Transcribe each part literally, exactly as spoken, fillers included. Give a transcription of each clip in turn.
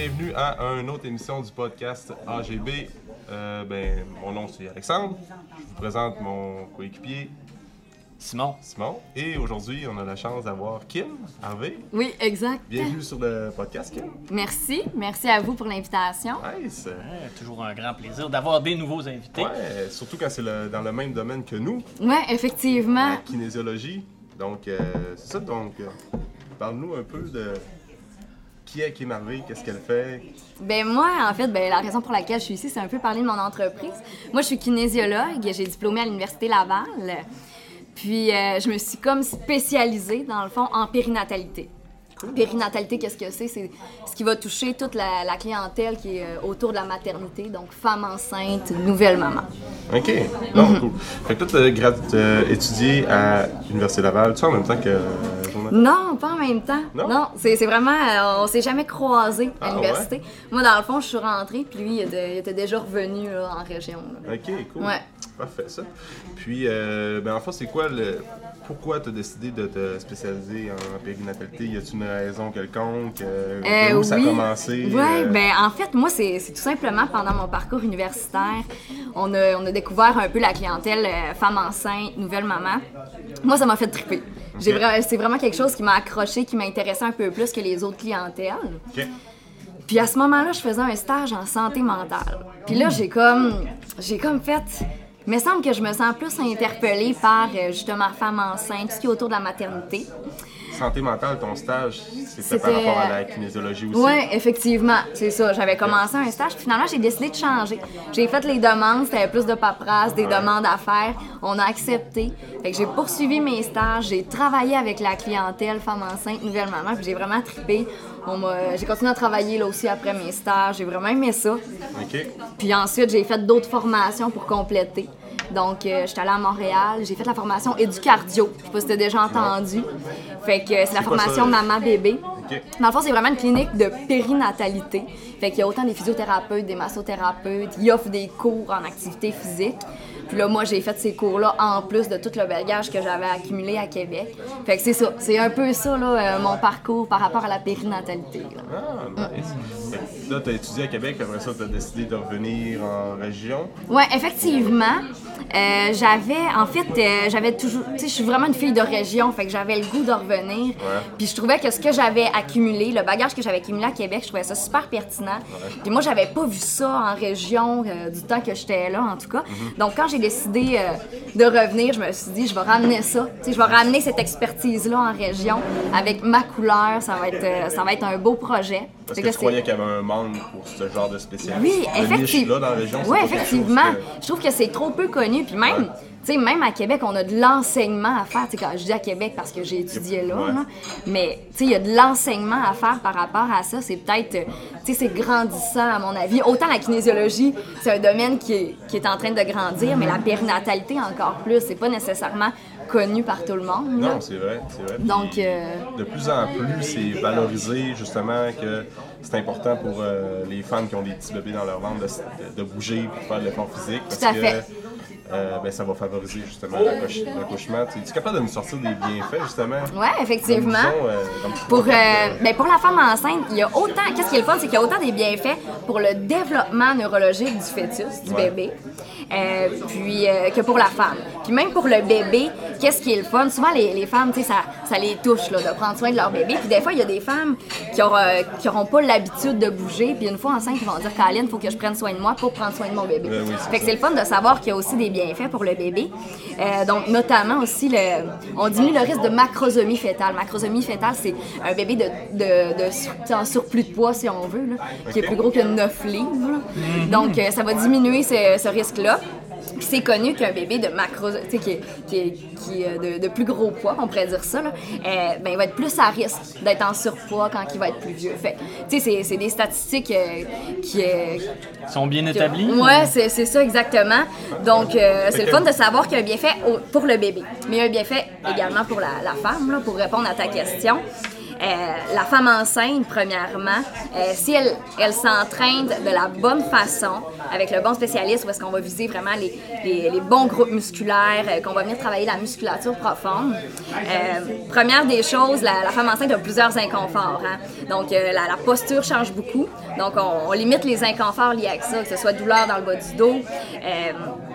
bienvenue à une autre émission du podcast A G B. Euh, ben, mon nom c'est Alexandre, je vous présente mon coéquipier Simon. Simon. Et aujourd'hui, on a la chance d'avoir Kim Harvey. Oui, exact. Bienvenue sur le podcast, Kim. Merci. Merci à vous pour l'invitation. Nice. Ouais, toujours un grand plaisir d'avoir des nouveaux invités. Ouais, surtout quand c'est le- dans le même domaine que nous, Oui, effectivement. la kinésiologie. Donc, euh, c'est ça. Donc, euh, parle-nous un peu de qui est Kim Harvey, qu'est-ce qu'elle fait. Ben moi, en fait, ben, la raison pour laquelle je suis ici, c'est un peu parler de mon entreprise. Moi, je suis kinésiologue. J'ai diplômé à l'Université Laval. Puis, euh, je me suis comme spécialisée, dans le fond, en périnatalité. Périnatalité, qu'est-ce que c'est? C'est ce qui va toucher toute la, la clientèle qui est euh, autour de la maternité, donc femme enceinte, nouvelle maman. OK. Non, mm-hmm. Cool. Fait que toi, tu as euh, étudié à l'Université Laval, tu sais, en même temps que... Euh, non, pas en même temps. Non? Non, c'est, c'est vraiment... Euh, on s'est jamais croisés à ah, l'université. Ouais? Moi, dans le fond, je suis rentrée, puis lui, il était, il était déjà revenu là, en région. Là. OK, cool. Ouais. Parfait, ça. Puis, euh, ben, en fait, c'est quoi le... Pourquoi tu as décidé de te spécialiser en périnatalité? Y a-t-il une raison quelconque? Euh, euh, où oui. ça a commencé? Oui, euh... ben en fait, moi, c'est, c'est tout simplement pendant mon parcours universitaire, on a, on a découvert un peu la clientèle euh, femme enceinte, nouvelle maman. Moi, ça m'a fait triper. J'ai vra- c'est vraiment quelque chose qui m'a accroché, qui m'intéressait un peu plus que les autres clientèles. OK. Puis à ce moment-là, je faisais un stage en santé mentale. Puis là, j'ai comme, j'ai comme fait... Il me semble que je me sens plus interpellée par, euh, justement, femme enceinte, tout ce qui est autour de la maternité. Santé mentale, ton stage, c'était, C'était... par rapport à la kinésiologie aussi? Oui, effectivement, c'est ça. J'avais commencé un stage, puis finalement, j'ai décidé de changer. J'ai fait les demandes, c'était plus de paperasse, des ouais. demandes à faire. On a accepté. Fait que j'ai poursuivi mes stages, j'ai travaillé avec la clientèle femme enceinte, nouvelle maman, puis j'ai vraiment trippé. On m'a... J'ai continué à travailler là aussi après mes stages, j'ai vraiment aimé ça. OK. Puis ensuite, j'ai fait d'autres formations pour compléter. Donc, euh, j'étais allée à Montréal, j'ai fait la formation Éducardio. Je sais pas si t'as déjà entendu. Fait que c'est, c'est la formation maman-bébé. Okay. Dans le fond, c'est vraiment une clinique de périnatalité. Fait qu'il y a autant des physiothérapeutes, des massothérapeutes. Ils offrent des cours en activité physique. Puis là, moi, j'ai fait ces cours-là en plus de tout le bagage que j'avais accumulé à Québec. Fait que c'est ça. C'est un peu ça, là, euh, mon parcours par rapport à la périnatalité. Là. Ah, nice. Mm. Là, tu as étudié à Québec, après ça, tu as décidé de revenir en région. Oui, effectivement. Euh, j'avais, en fait, euh, j'avais toujours... Tu sais, je suis vraiment une fille de région, fait que j'avais le goût de revenir. Ouais. Puis je trouvais que ce que j'avais accumulé, le bagage que j'avais accumulé à Québec, je trouvais ça super pertinent. Ouais. Puis moi, j'avais pas vu ça en région euh, du temps que j'étais là, en tout cas. Mm-hmm. Donc, quand j'ai décidé euh, de revenir, je me suis dit, je vais ramener ça. Tu sais, je vais ramener cette expertise-là en région avec ma couleur. Ça va être, euh, ça va être un beau projet. Parce que, que tu croyais qu'il y avait un manque pour ce genre de spécialiste? Oui, effectivement. Là, dans la région, oui, effectivement. Que... Je trouve que c'est trop peu connu. Puis même, ouais. tu sais, même à Québec, on a de l'enseignement à faire. Tu sais, quand je dis à Québec parce que j'ai étudié là, ouais. là mais tu sais, il y a de l'enseignement à faire par rapport à ça. C'est peut-être, tu sais, c'est grandissant à mon avis. Autant la kinésiologie, c'est un domaine qui est, qui est en train de grandir, mais la périnatalité encore plus. C'est pas nécessairement connu par tout le monde. Non, c'est vrai, c'est vrai. Donc, euh... de plus en plus, c'est valorisé justement que c'est important pour euh, les femmes qui ont des petits bébés dans leur ventre de, de, de bouger pour faire de l'effort physique. Parce tout à que, fait. Euh, ben, ça va favoriser justement l'accouch- l'accouchement. Tu es capable de nous sortir des bienfaits justement? Oui, effectivement. Disons, euh, pour, euh, ben, pour la femme enceinte, il y a autant. Qu'est-ce qui est le fun, c'est qu'il y a autant des bienfaits pour le développement neurologique du fœtus, du ouais. bébé, euh, puis euh, que pour la femme. Puis même pour le bébé, qu'est-ce qui est le fun? Souvent, les, les femmes, tu sais, ça, ça les touche là, de prendre soin de leur bébé. Puis des fois, il y a des femmes qui n'auront euh, pas l'habitude de bouger. Puis une fois enceinte, ils vont dire, Caroline, il faut que je prenne soin de moi pour prendre soin de mon bébé. Ben oui, fait que c'est le fun de savoir qu'il y a aussi des bienfaits pour le bébé. Euh, donc, notamment aussi, le, on diminue le risque de macrosomie fœtale. Macrosomie fœtale, c'est un bébé de, de, de, de en surplus de poids, si on veut, là, okay. qui est plus gros que neuf livres. Mm-hmm. Donc, euh, ça va diminuer ce, ce risque-là. Puis c'est connu qu'un bébé de macro, tu sais, qui, qui, qui est de, de plus gros poids, on pourrait dire ça, là, euh, ben, il va être plus à risque d'être en surpoids quand il va être plus vieux. Fait, tu sais, c'est, c'est des statistiques euh, qui euh, sont bien établies. Oui, c'est, c'est ça exactement. Donc, euh, c'est le fun de savoir qu'il y a un bienfait au, pour le bébé, mais il y a un bienfait également pour la, la femme, là, pour répondre à ta question. Euh, la femme enceinte, premièrement, euh, si elle, elle s'entraîne de la bonne façon, avec le bon spécialiste, où est-ce qu'on va viser vraiment les, les, les bons groupes musculaires, euh, qu'on va venir travailler la musculature profonde. Euh, première des choses, la, la femme enceinte a plusieurs inconforts. Hein? Donc, euh, la, la posture change beaucoup. Donc, on, on limite les inconforts liés à ça, que ce soit douleur dans le bas du dos. Euh,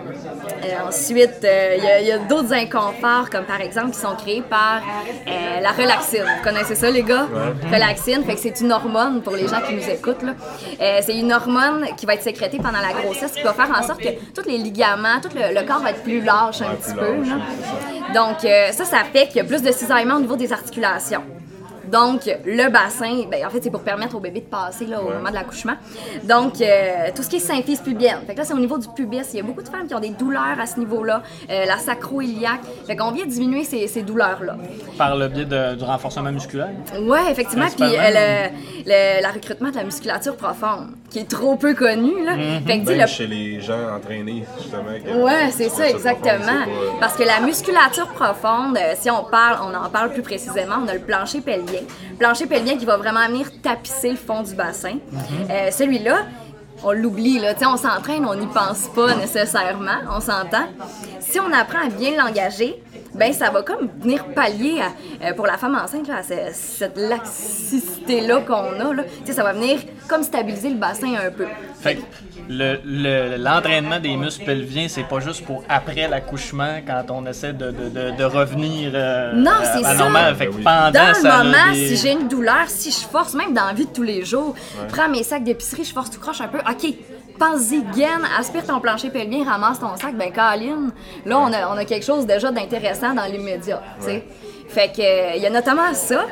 Euh, ensuite, il euh, y a, a d'autres inconforts, comme par exemple, qui sont créés par euh, la relaxine. Vous connaissez ça, les gars? Ouais. Relaxine, fait que c'est une hormone, pour les gens qui nous écoutent, là. Euh, c'est une hormone qui va être sécrétée pendant la grossesse, qui va faire en sorte que tous les ligaments, tout le, le corps va être plus lâche un ouais, petit peu. Lâche, là. Donc, euh, ça, ça fait qu'il y a plus de cisaillement au niveau des articulations. Donc, le bassin, ben, en fait, c'est pour permettre au bébé de passer là, au ouais. moment de l'accouchement. Donc, euh, tout ce qui est symphyse pubienne. Fait que là, c'est au niveau du pubis. Il y a beaucoup de femmes qui ont des douleurs à ce niveau-là. Euh, la sacro-iliaque. Fait qu'on vient diminuer ces, ces douleurs-là. Par le biais de, du renforcement musculaire? Oui, effectivement. Puis euh, le, le, le recrutement de la musculature profonde, qui est trop peu connu. Là. Mm-hmm. Fait que, ben, le... chez les gens entraînés, justement. Oui, c'est ça, exactement. Profonde, pas... Parce que la musculature profonde, euh, si on parle, on en parle plus précisément, on a le plancher pelvien. Plancher pelvien qui va vraiment venir tapisser le fond du bassin. Mm-hmm. Euh, celui-là, on l'oublie, là. T'sais, on s'entraîne, on n'y pense pas nécessairement, on s'entend. Si on apprend à bien l'engager, ben ça va comme venir pallier à, euh, pour la femme enceinte là, à cette, cette laxicité-là qu'on a. Là. Ça va venir comme stabiliser le bassin un peu. Fait que le, le, l'entraînement des muscles pelviens, c'est pas juste pour après l'accouchement, quand on essaie de, de, de, de revenir euh, non, c'est à ça. normal. Fait que pendant dans ça, le moment, des... si j'ai une douleur, si je force, même dans la vie de tous les jours, ouais. prends mes sacs d'épicerie, je force tout croche un peu, OK, pense-y, gaine, aspire ton plancher pelvien, ramasse ton sac, ben Caroline, là, on a, on a quelque chose déjà d'intéressant dans l'immédiat, tu sais. Ouais. Fait que, il euh, y a notamment ça.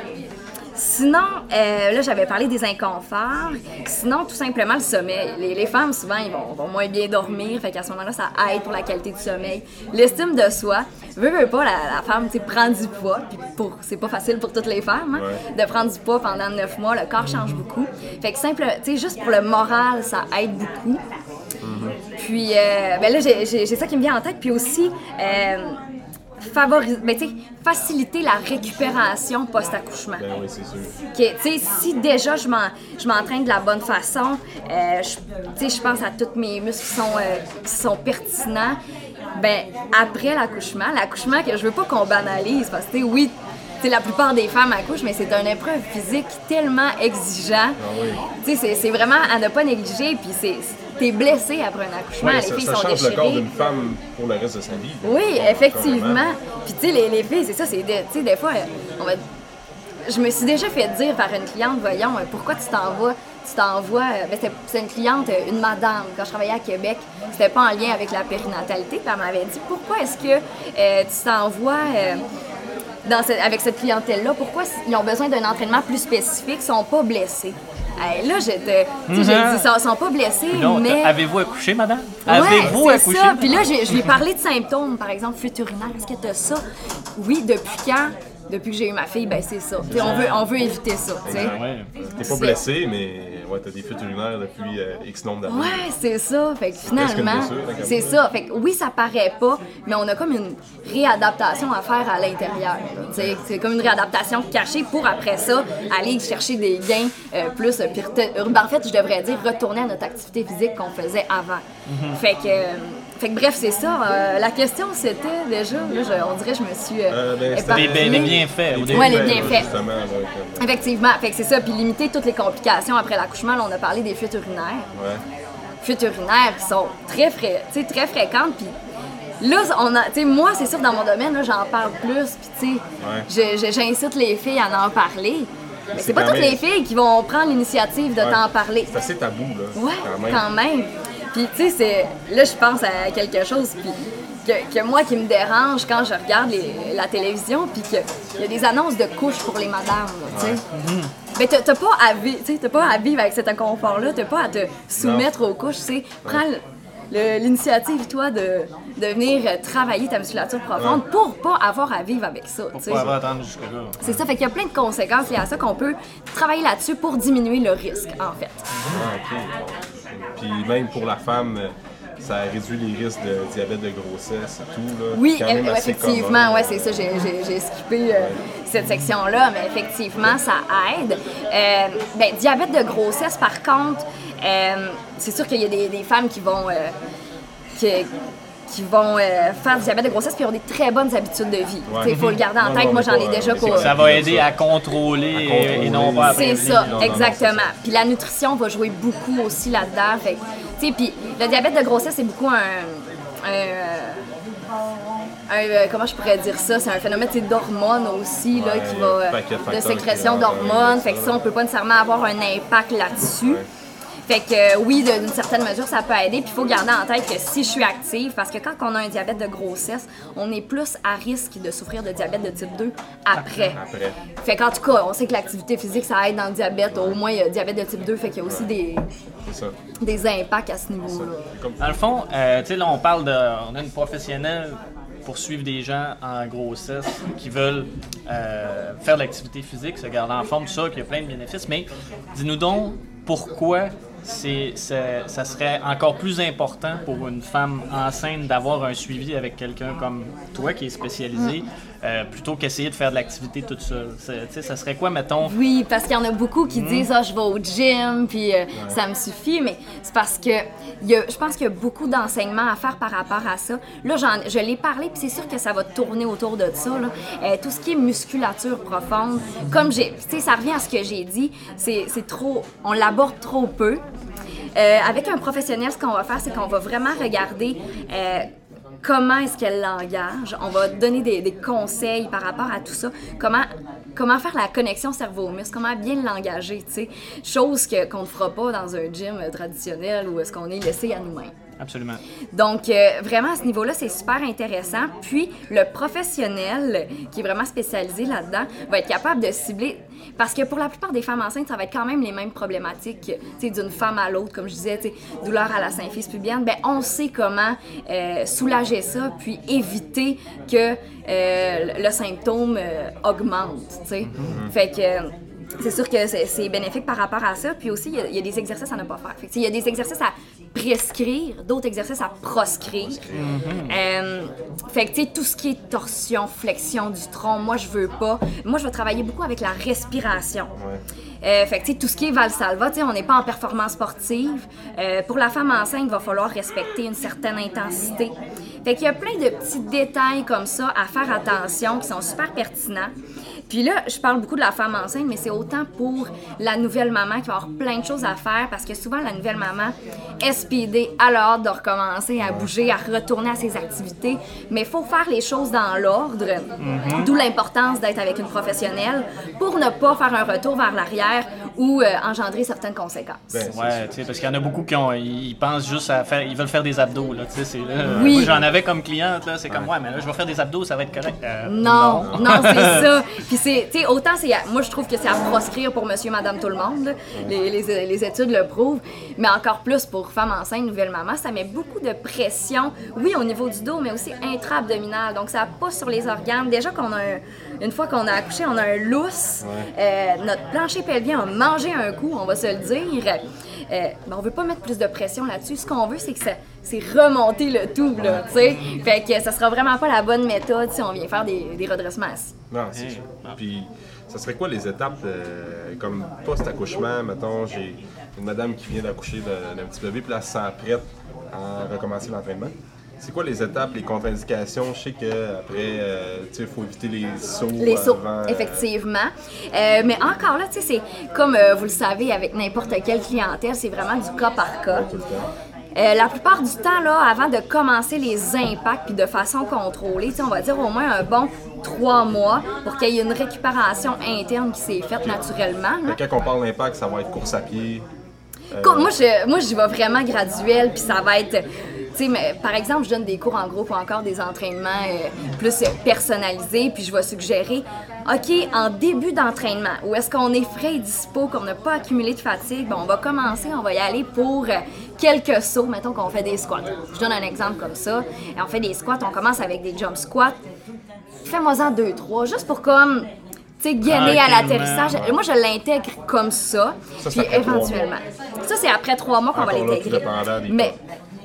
Sinon, euh, là, j'avais parlé des inconforts. Sinon, tout simplement, le sommeil. Les, les femmes, souvent, ils vont, vont moins bien dormir. Fait qu'à ce moment-là, ça aide pour la qualité du sommeil. L'estime de soi. Veux, veux pas, la, la femme, tu sais, prend du poids. Puis pour, c'est pas facile pour toutes les femmes, hein, ouais. de prendre du poids pendant neuf mois. Le corps change beaucoup. Fait que simple, tu sais, juste pour le moral, ça aide beaucoup. Mm-hmm. Puis, euh, ben là, j'ai, j'ai, j'ai ça qui me vient en tête. Puis aussi... Euh, favoriser, ben, tu sais, faciliter la récupération post-accouchement. Ben oui, c'est sûr. Okay, tu sais, si déjà je, m'en, je m'entraîne de la bonne façon, euh, tu sais, je pense à tous mes muscles qui sont, euh, qui sont pertinents, ben après l'accouchement, l'accouchement que je veux pas qu'on banalise, parce que, tu sais, oui, t'sais, la plupart des femmes accouchent, mais c'est une épreuve physique tellement exigeant. Ah oui. Tu sais, c'est, c'est vraiment à ne pas négliger, puis c'est... T'es blessé après un accouchement, ouais, les ça, filles ça sont change déchirées. le corps d'une femme pour le reste de sa vie. Oui, effectivement. Puis tu sais, les, les filles, c'est ça, c'est tu sais, des fois, on va... je me suis déjà fait dire par une cliente, voyons, pourquoi tu t'envoies, tu t'envoies, ben, c'est, c'est une cliente, une madame, quand je travaillais à Québec, c'était pas en lien avec la périnatalité, puis elle m'avait dit, pourquoi est-ce que euh, tu t'envoies... Euh, Dans cette, avec cette clientèle-là, pourquoi ils ont besoin d'un entraînement plus spécifique, ils sont pas blessés. Hey, là, j'étais, mm-hmm. j'ai dit, ils sont pas blessés, donc, mais... Avez-vous accouché, madame? Ouais, Avez-vous c'est accouché? Ça. Puis là, je, je lui ai parlé de symptômes, par exemple, fuite urinaire. Est-ce que t'as ça? Oui, depuis quand? Depuis que j'ai eu ma fille, ben c'est ça. T'sais, on veut, on veut éviter ça. T'sais. Ouais. T'es pas blessé, mais ouais, t'as des fuites urinaires depuis euh, X nombre d'années. Ouais, c'est ça. Fait que finalement, c'est ça. Fait que oui, ça paraît pas, mais on a comme une réadaptation à faire à l'intérieur. T'sais. C'est comme une réadaptation cachée pour après ça aller chercher des gains euh, plus. Pis, en fait, je devrais dire retourner à notre activité physique qu'on faisait avant. Mm-hmm. Fait que. Euh, Fait que bref, c'est ça. Euh, la question, c'était déjà, là, je, on dirait que je me suis euh, euh, ben, les, les, les bienfaits. Oui, les, les bienfaits. Là, effectivement. Fait que c'est ça. Puis limiter toutes les complications après l'accouchement. Là, on a parlé des fuites urinaires. Ouais. Fuites urinaires qui sont très, fré- très fréquentes. Puis là, on a, t'sais, moi, c'est sûr, dans mon domaine, là, j'en parle plus. Puis, tu sais, ouais. j'incite les filles à en parler. Mais c'est, c'est pas toutes même... les filles qui vont prendre l'initiative de ouais. t'en parler. C'est assez tabou, là. Ouais, quand même. Quand même. Puis, tu sais, c'est... là, je pense à quelque chose puis que, que moi qui me dérange quand je regarde les, la télévision, puis qu'il y a des annonces de couches pour les madames, tu sais. Ouais. Mais t'as, t'as, pas à vi- t'as pas à vivre avec cet inconfort-là, t'as pas à te soumettre non. aux couches, tu sais. Prends ouais. le, l'initiative, toi, de, de venir travailler ta musculature profonde ouais. pour pas avoir à vivre avec ça, tu sais. Pour pas avoir à attendre jusque-là. C'est ça, fait qu'il y a plein de conséquences liées à ça qu'on peut travailler là-dessus pour diminuer le risque, en fait. Ah, OK. Puis même pour la femme ça réduit les risques de diabète de grossesse et tout. Là. Oui, C'est quand même e- assez effectivement, commun. ouais, c'est ça, j'ai, j'ai, j'ai skippé euh, cette section-là, mais effectivement, ça aide. Euh, ben, diabète de grossesse, par contre, euh, c'est sûr qu'il y a des, des femmes qui vont, euh, qui, qui vont euh, faire du diabète de grossesse puis ont des très bonnes habitudes de vie. Il Ouais. faut le garder en Non, tête. non, Moi, mais j'en pas, ai euh, déjà mais pour... c'est Ça va aider à contrôler, À contrôler. et non pas à C'est prévenir. ça, non, non, exactement. c'est ça. Puis la nutrition va jouer beaucoup aussi là-dedans. Fait que, tu sais, puis le diabète de grossesse, c'est beaucoup un... un, un, euh, comment je pourrais dire ça? C'est un phénomène tu sais, d'hormones aussi, là, Ouais, qui va, euh, paquet de de facteurs sécrétion qui- d'hormones. ouais, Fait que ça. ça, on peut pas nécessairement avoir un impact là-dessus. Ouais. Fait que euh, oui, de- d'une certaine mesure, ça peut aider. Puis il faut garder en tête que si je suis active, parce que quand on a un diabète de grossesse, on est plus à risque de souffrir de diabète de type deux après. Après. Fait qu'en tout cas, on sait que l'activité physique, ça aide dans le diabète. Au moins, il y a diabète de type deux, fait qu'il y a aussi des, C'est ça. des impacts à ce niveau-là. C'est comme- Dans le fond, euh, tu sais, là, on parle de. On a une professionnelle pour suivre des gens en grossesse qui veulent euh, faire de l'activité physique, se garder en forme, tout ça, qu'il y a plein de bénéfices. Mais dis-nous donc pourquoi c'est, c'est- ça serait encore plus important pour une femme enceinte d'avoir un suivi avec quelqu'un comme toi qui est spécialisé euh, plutôt qu'essayer de faire de l'activité toute seule. C'est- Tu sais, ça serait quoi, mettons? Oui, parce qu'il y en a beaucoup qui disent « Ah, je vais au gym, puis euh, ça me suffit », mais c'est parce que il y a, je pense qu'il y a beaucoup d'enseignements à faire par rapport à ça. Là, j'en, je l'ai parlé, puis c'est sûr que ça va tourner autour de ça. Là. Euh, tout ce qui est musculature profonde, comme j'ai... Tu sais, ça revient à ce que j'ai dit, c'est, c'est trop... On l'aborde trop peu. Euh, avec un professionnel, ce qu'on va faire, c'est qu'on va vraiment regarder... Euh, comment est-ce qu'elle l'engage. On va donner des, des conseils par rapport à tout ça. Comment, comment faire la connexion cerveau-muscle, comment bien l'engager, tu sais. Chose que, qu'on ne fera pas dans un gym traditionnel où est-ce qu'on est laissé à nous-mêmes. Absolument. Donc, euh, vraiment, à ce niveau-là, c'est super intéressant. Puis, le professionnel, qui est vraiment spécialisé là-dedans, va être capable de cibler... Parce que pour la plupart des femmes enceintes, ça va être quand même les mêmes problématiques, tu sais, d'une femme à l'autre, comme je disais, tu sais, douleur à la symphyse pubienne. Bien, on sait comment euh, soulager ça, puis éviter que euh, le symptôme euh, augmente, tu sais. Fait que... euh, c'est sûr que c'est, c'est bénéfique par rapport à ça. Puis aussi, il y a, il y a des exercices à ne pas faire. Fait que, il y a des exercices à prescrire, d'autres exercices à proscrire. Mm-hmm. Euh, fait que, tu sais, tout ce qui est torsion, flexion du tronc, moi, je veux pas. Moi, je vais travailler beaucoup avec la respiration. Ouais. Euh, fait que, tu sais, tout ce qui est Valsalva, tu sais, on n'est pas en performance sportive. Euh, pour la femme enceinte, il va falloir respecter une certaine intensité. Fait qu'il y a plein de petits détails comme ça à faire attention qui sont super pertinents. Puis là, je parle beaucoup de la femme enceinte, mais c'est autant pour la nouvelle maman qui va avoir plein de choses à faire parce que souvent, la nouvelle maman est speedée, elle a hâte de recommencer à bouger, à retourner à ses activités. Mais il faut faire les choses dans l'ordre, mm-hmm. D'où l'importance d'être avec une professionnelle pour ne pas faire un retour vers l'arrière ou euh, engendrer certaines conséquences. Ben, Ouais, tu sais, parce qu'il y en a beaucoup qui ont, ils pensent juste à faire, ils veulent faire des abdos, là, tu sais, c'est là. Oui. Moi, j'en avais comme cliente, là, c'est comme, ouais, mais là, je vais faire des abdos, ça va être correct. Euh, Non, non, c'est ça. Puis c'est, tu sais, autant c'est, à- moi je trouve que c'est à proscrire pour monsieur, madame, tout le monde, là. Les, les, les études le prouvent, mais encore plus pour femme enceinte, nouvelle maman, ça met beaucoup de pression, oui, au niveau du dos, mais aussi intra-abdominal, donc ça pousse sur les organes. Déjà qu'on a, un- une fois qu'on a accouché, on a un lousse, euh, notre plancher pelvien a mangé un coup, on va se le dire. Euh, ben on veut pas mettre plus de pression là-dessus. Ce qu'on veut, c'est que ça, c'est remonter le tout, là, tu sais. Fait que ça sera vraiment pas la bonne méthode si on vient faire des, des redressements assis. Non, c'est Hey. sûr. Puis, ça serait quoi les étapes euh, comme post-accouchement? Mettons, j'ai une madame qui vient d'accoucher d'un d'un petit bébé, puis là, elle se sent prête à recommencer l'entraînement. C'est quoi les étapes, les contre-indications? Je sais qu'après, euh, tu sais, il faut éviter les sauts. Les sauts, avant, euh, effectivement. Euh, mais encore là, tu sais, c'est comme euh, vous le savez, avec n'importe quelle clientèle, c'est vraiment du cas par cas. tout le temps. Euh, la plupart du temps, là, avant de commencer les impacts puis de façon contrôlée, tu sais, on va dire au moins un bon trois mois pour qu'il y ait une récupération interne qui s'est faite naturellement. là. Fait que quand on parle d'impact, ça va être course à pied. euh, Comme Moi, je, moi, j'y vais vraiment graduel, puis ça va être... Tu sais, mais, par exemple, je donne des cours en groupe ou encore des entraînements euh, plus personnalisés, puis je vais suggérer, OK, en début d'entraînement, où est-ce qu'on est frais et dispo, qu'on n'a pas accumulé de fatigue, bon, on va commencer, on va y aller pour euh, quelques sauts, mettons qu'on fait des squats. Je donne un exemple comme ça. Et on fait des squats, on commence avec des jump squats. Fais-moi-en deux, trois, juste pour comme... Tu sais, gainer à Tranquillement, l'atterrissage. ouais. Moi, je l'intègre comme ça. Ça, c'est puis après trois éventuellement. Ça, c'est après trois mois qu'on va Encore là, tout l'intégrer. dépendant des Mais cas.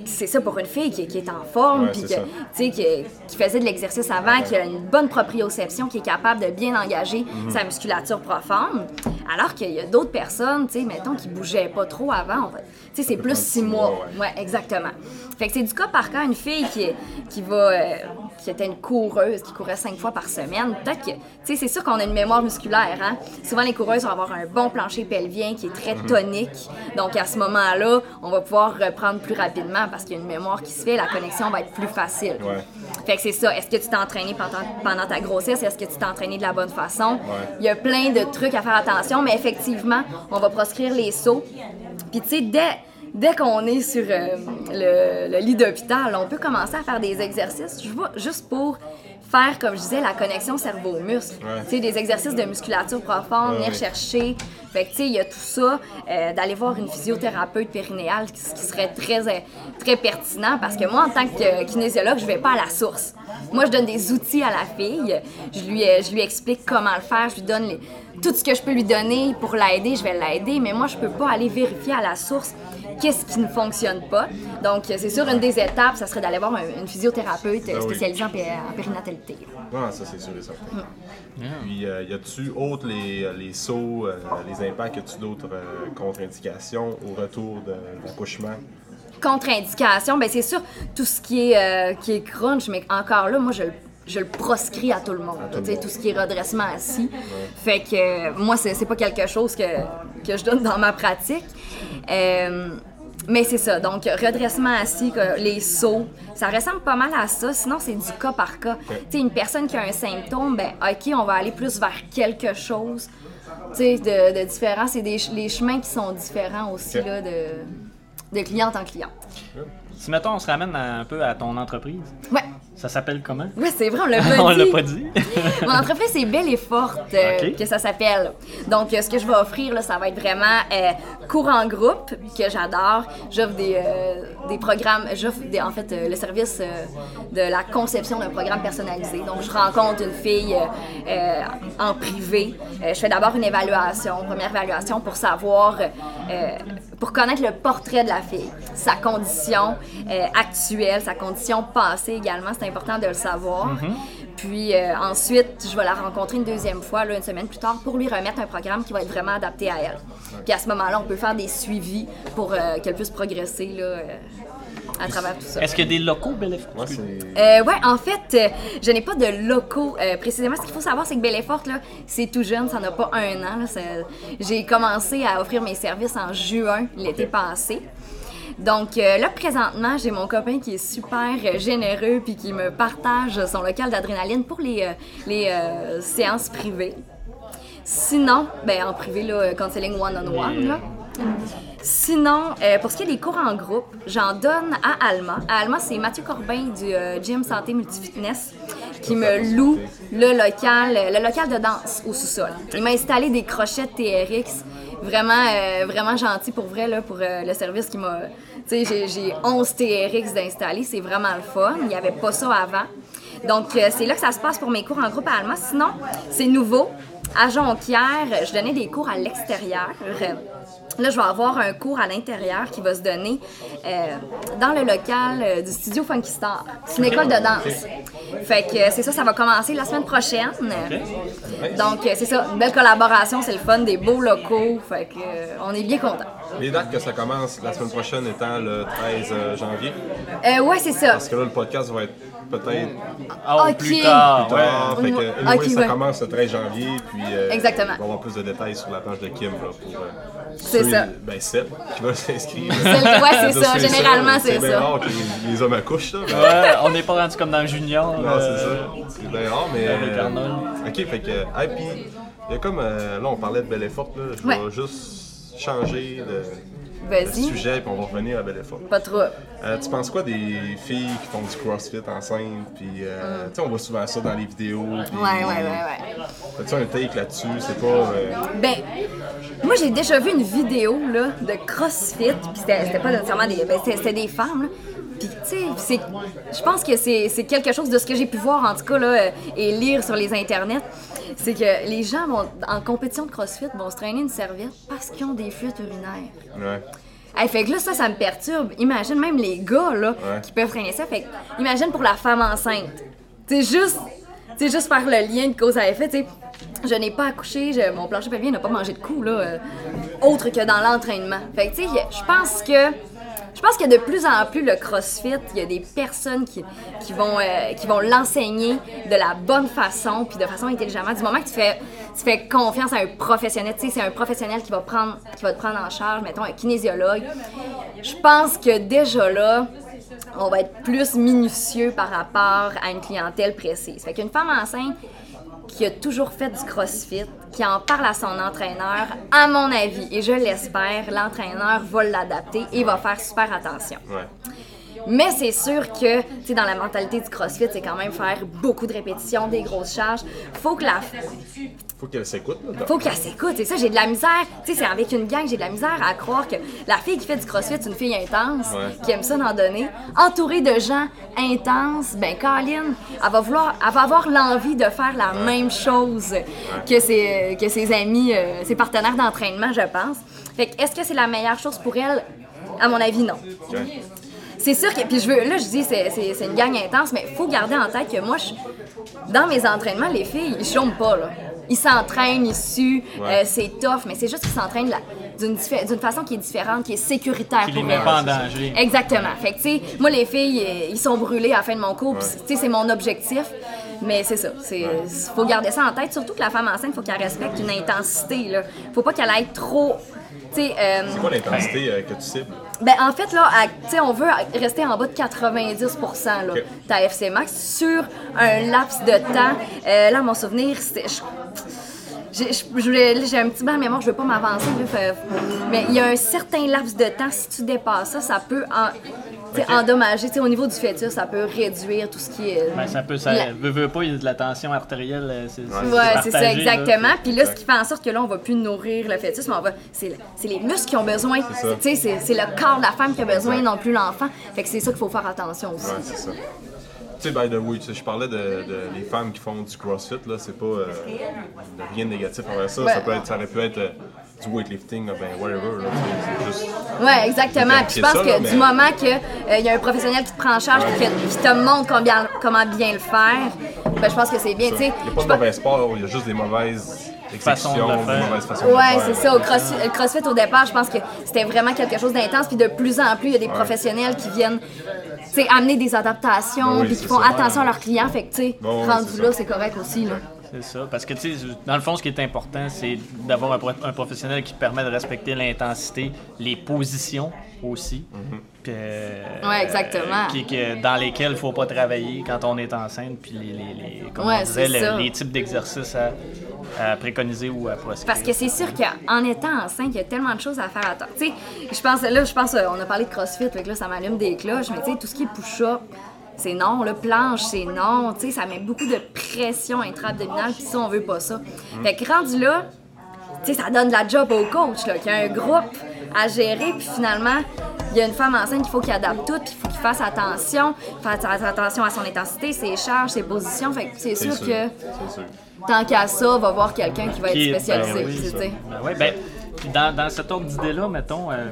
c'est ça pour une fille qui, qui est en forme, Ouais, puis c'est ça. qui, qui, qui faisait de l'exercice avant, qui a une bonne proprioception, qui est capable de bien engager Mm-hmm. sa musculature profonde. Alors qu'il y a d'autres personnes, tu sais, mettons, qui bougeaient pas trop avant. Tu sais, c'est plus prendre six six mois. mois, ouais. Ouais, exactement. Fait que c'est du cas par cas. Une fille qui, qui va, euh, qui était une coureuse, qui courait cinq fois par semaine, peut-être que, tu sais, c'est sûr qu'on a une mémoire musculaire, hein. Souvent, les coureuses vont avoir un bon plancher pelvien qui est très tonique. Donc, à ce moment-là, on va pouvoir reprendre plus rapidement parce qu'il y a une mémoire qui se fait, la connexion va être plus facile. Ouais. Fait que c'est ça. Est-ce que tu t'es entraîné pendant, pendant ta grossesse? Est-ce que tu t'es entraîné de la bonne façon? Ouais. Il y a plein de trucs à faire attention, mais effectivement, on va proscrire les sauts. Puis tu sais, dès, dès qu'on est sur euh, le, le lit d'hôpital, on peut commencer à faire des exercices je vois, juste pour faire, comme je disais, la connexion cerveau-muscle. Ouais. Tu sais, des exercices de musculature profonde, Ouais, venir ouais. chercher. Fait que tu sais, il y a tout ça, euh, d'aller voir une physiothérapeute périnéale, ce qui serait très, euh, très pertinent parce que moi, en tant que kinésiologue, je vais pas à la source. Moi, je donne des outils à la fille, je lui, euh, je lui explique comment le faire, je lui donne les- tout ce que je peux lui donner pour l'aider, je vais l'aider, mais moi, je peux pas aller vérifier à la source qu'est-ce qui ne fonctionne pas. Donc, c'est sûr, une des étapes, ça serait d'aller voir un- une physiothérapeute euh, Ah oui. spécialisée en, pé- en périnatalité. Ah, ça, c'est sûr et certain. Mm. Puis, euh, y a-tu, autre les, les sauts, euh, les impacts, y a-tu d'autres euh, contre-indications au retour de l'accouchement? Contre-indication, ben c'est sûr, tout ce qui est, euh, qui est crunch, mais encore là, moi, je le je le proscris à tout le monde. tout le Tu sais, monde. tout ce qui est redressement assis. Fait que euh, moi, c'est c'est pas quelque chose que, que je donne dans ma pratique. Euh, mais c'est ça. Donc, redressement assis, que les sauts, ça ressemble pas mal à ça. Sinon, c'est du cas par cas. Tu sais, une personne qui a un symptôme, ben OK, on va aller plus vers quelque chose. Tu sais, de, de différent. C'est des, les chemins qui sont différents aussi, Ok. là, de, de cliente en cliente. Si, mettons, on se ramène à- un peu à ton entreprise, Ouais. ça s'appelle comment? Ouais, c'est vrai, on l'a pas On dit. l'a pas dit. Mon entreprise, c'est Belle et Forte, euh, Ok. que ça s'appelle. Donc, euh, ce que je vais offrir, là, ça va être vraiment euh, cours en groupe, que j'adore. J'offre des, euh, des programmes, j'offre des- en fait euh, le service euh, de la conception d'un programme personnalisé. Donc, je rencontre une fille euh, euh, en privé. Euh, je fais d'abord une évaluation, une première évaluation pour savoir, euh, pour connaître le portrait de la fille, sa condition euh, actuelle, sa condition passée également. C'est important de le savoir. Puis euh, ensuite, je vais la rencontrer une deuxième fois, là, une semaine plus tard, pour lui remettre un programme qui va être vraiment adapté à elle. Puis à ce moment-là, on peut faire des suivis pour euh, qu'elle puisse progresser là, euh, à travers tout ça. Est-ce qu'il y a des locaux Belle et Forte? Moi, c'est. Euh, ouais, en fait, euh, je n'ai pas de locaux euh, précisément. Ce qu'il faut savoir, c'est que Belle et Forte, là, c'est tout jeune, ça n'a pas un an. Là, ça- J'ai commencé à offrir mes services en juin l'été passé. Donc euh, là, présentement, j'ai mon copain qui est super euh, généreux puis qui me partage son local d'adrénaline pour les, euh, les euh, séances privées. Sinon, ben en privé, là, counseling one-on-one, là. Sinon, euh, pour ce qui est des cours en groupe, j'en donne à Alma. À Alma, c'est Mathieu Corbin du euh, Gym Santé Multifitness qui me loue le local, le local de danse au sous-sol. Il m'a installé des crochets de T R X, vraiment, euh, vraiment gentil pour vrai, là, pour euh, le service qui m'a... Tu sais, j'ai- j'ai onze T R X d'installés, c'est vraiment le fun. Il n'y avait pas ça avant. Donc, euh, c'est là que ça se passe pour mes cours en groupe à Alma. Sinon, c'est nouveau. À Jonquière, je donnais des cours à l'extérieur. Là, je vais avoir un cours à l'intérieur qui va se donner euh, dans le local euh, du studio Funky Star. C'est une école de danse. Fait que euh, c'est ça, ça va commencer la semaine prochaine. Donc, euh, c'est ça, une belle collaboration, c'est le fun, des beaux locaux. Fait que euh, on est bien contents. Les dates que ça commence la semaine prochaine étant le treize janvier. Euh, ouais, c'est ça. Parce que là, le podcast va être peut-être Ah, Ok. plus tard, plus ouais. tard. Fait que, Ouais. anyway, Ok, ça ouais. commence le treize janvier. Puis, euh, Exactement. on va avoir plus de détails sur la page de Kim là, pour. euh, C'est ceux- ça. Ben, sept qui va s'inscrire. C'est- ouais, c'est ça. C'est Généralement, c'est bien ça. rare que les, les hommes accouchent, là. mais- Ouais, on n'est pas rendu comme dans le junior. Non, là. c'est ça. C'est bien rare, mais. Avec euh, Arnold. Ok, fait que. Ah, puis, il y a comme. euh, là, on parlait de Belle et Forte, là. Je Ouais. vais juste changer de, de Vas-y, sujet, puis on va revenir à Belle et Forte. pas trop. Euh, tu penses quoi des filles qui font du crossfit enceinte? Puis, euh, tu sais, on voit souvent ça dans les vidéos. Puis, Ouais, ouais, ouais, ouais. As-tu un take là-dessus? C'est pas. euh, Ben, moi j'ai déjà vu une vidéo là, de CrossFit, puis c'était c'était pas nécessairement des. Ben, c'était c'était des femmes, là. Puis, tu sais, c'est- je pense que c'est c'est quelque chose de ce que j'ai pu voir en tout cas là, euh, et lire sur les internets. C'est que les gens vont, en compétition de CrossFit vont se traîner une serviette parce qu'ils ont des fuites urinaires. Ouais. Hey, fait que là, ça, ça me perturbe. Imagine même les gars, là, Ouais. qui peuvent freiner ça. Fait que, imagine pour la femme enceinte. C'est juste, c'est juste faire le lien de cause à effet, tu sais. Je n'ai pas accouché, je- mon plancher pelvien n'a pas mangé de coups, là, euh, autre que dans l'entraînement. Fait que, tu sais, je pense que Je pense que de plus en plus, le CrossFit, il y a des personnes qui, qui vont, euh, qui vont l'enseigner de la bonne façon, puis de façon intelligemment. Du moment que tu fais, tu fais confiance à un professionnel, tu sais, c'est un professionnel qui va, prendre, qui va te prendre en charge, mettons un kinésiologue, je pense que déjà là, on va être plus minutieux par rapport à une clientèle précise. Fait qu'une femme enceinte qui a toujours fait du CrossFit, qui en parle à son entraîneur, à mon avis, et je l'espère, l'entraîneur va l'adapter et va faire super attention. Ouais. Mais c'est sûr que, tu sais, dans la mentalité du CrossFit, c'est quand même faire beaucoup de répétitions, des grosses charges. Faut que la... Faut qu'elle s'écoute, là. Faut qu'elle s'écoute, c'est ça, j'ai de la misère. Tu sais, c'est avec une gang, j'ai de la misère à croire que la fille qui fait du CrossFit, c'est une fille intense, Ouais. qui aime ça d'en donner. Entourée de gens intenses, ben Colin, elle va vouloir, elle va avoir l'envie de faire la même chose que ses, que ses amis, euh, ses partenaires d'entraînement, je pense. Fait que, est-ce que c'est la meilleure chose pour elle? À mon avis, non. Ok. C'est sûr que, puis je veux, là je dis c'est, c'est, c'est une gang intense, mais il faut garder en tête que moi, je, dans mes entraînements, les filles, ils chôment pas, là. Ils s'entraînent, ils suent, Ouais. euh, c'est tough, mais c'est juste qu'ils s'entraînent la- d'une, diffé- d'une façon qui est différente, qui est sécuritaire Qui les pour met elles. pas en danger. Exactement. Fait que, tu sais, moi, les filles, euh, ils sont brûlés à la fin de mon cours, puis, tu sais, c'est mon objectif. Mais c'est ça. Il faut garder ça en tête. Surtout que la femme enceinte, il faut qu'elle respecte une intensité, là. Faut pas qu'elle aille trop. Tu sais, euh, C'est quoi l'intensité euh, que tu cibles? ben, en fait, là, à- tu sais, on veut rester en bas de quatre-vingt-dix pour cent, là, Ok. ta F C Max sur un laps de temps. Euh, là, mon souvenir, c'était... je- J'ai je- je voulais- là, j'ai un petit banc de mémoire, je veux pas m'avancer, là, fait- mais il y a un certain laps de temps, si tu dépasses ça, ça peut en, tu sais, endommager. Tu sais, au niveau du fœtus, ça peut réduire tout ce qui est... Ben, ça peut, ça La- veut, veut pas, il y a de la tension artérielle, euh, c'est c'est Ouais, c'est ça, partagé, là. exactement. Puis là, ce qui fait en sorte que là, on va plus nourrir le fœtus, mais on va. C'est c'est les muscles qui ont besoin. ça. Tu sais, c'est c'est le corps de la femme qui a besoin, non plus l'enfant. Fait que c'est ça qu'il faut faire attention aussi. Ouais, c'est ça. Tu sais, by the way, tu sais, je parlais de, de les femmes qui font du CrossFit, là, c'est pas euh, de rien de négatif envers ça. Ouais. Ça, peut être, ça aurait pu être euh, du weightlifting, là, ben whatever, là, tu sais, c'est juste... Ouais, exactement. Puis je pense ça, que là, du mais- moment qu'il y a un professionnel qui te prend en charge et qui te montre combien, comment bien le faire, ben, je pense que c'est bien. tu sais. Il n'y a pas Je de pense- mauvais sport, il y a juste des mauvaises Façon de le exécutions, faire. des mauvaises façons de le Ouais, faire. c'est ça. Au crossfit, le CrossFit, au départ, je pense que c'était vraiment quelque chose d'intense. Puis de plus en plus, il y a des professionnels qui viennent tu sais, amener des adaptations, Ben oui, puis qui c'est font ça. attention à leurs clients. Fait que, tu sais, Bon, ouais, rendu c'est là, ça. c'est correct aussi. Là. C'est ça, parce que, tu sais, dans le fond, ce qui est important, c'est d'avoir un, pro- un professionnel qui te permet de respecter l'intensité, les positions aussi. Puis, euh, Ouais, exactement. qui- qui- dans lesquelles il ne faut pas travailler quand on est enceinte, puis les, les, les, comme Ouais, on disait, c'est le- ça. les types d'exercices à, à préconiser ou à proscrire. Parce que c'est sûr qu'en étant enceinte, il y a tellement de choses à faire. Attends, tu sais, je pense, là, je pense, euh, on a parlé de CrossFit, fait que là, ça m'allume des cloches, mais tu sais, tout ce qui est push-up, c'est non, le planche, c'est non, tu sais, ça met beaucoup de pression intra-abdominale, puis ça, on veut pas ça. Fait que rendu là, tu sais, ça donne de la job au coach, là, qui a un groupe à gérer, puis finalement, il y a une femme enceinte qu'il faut qu'il adapte tout, puis il faut qu'il fasse attention, fasse attention à son intensité, ses charges, ses positions, fait que c'est C'est sûr sûr, que c'est sûr. tant qu'à ça, va voir quelqu'un qui va être Qui est- spécialisé, ben oui, tu sais. Ben oui, ben, puis dans, dans cet ordre d'idée-là, mettons, euh,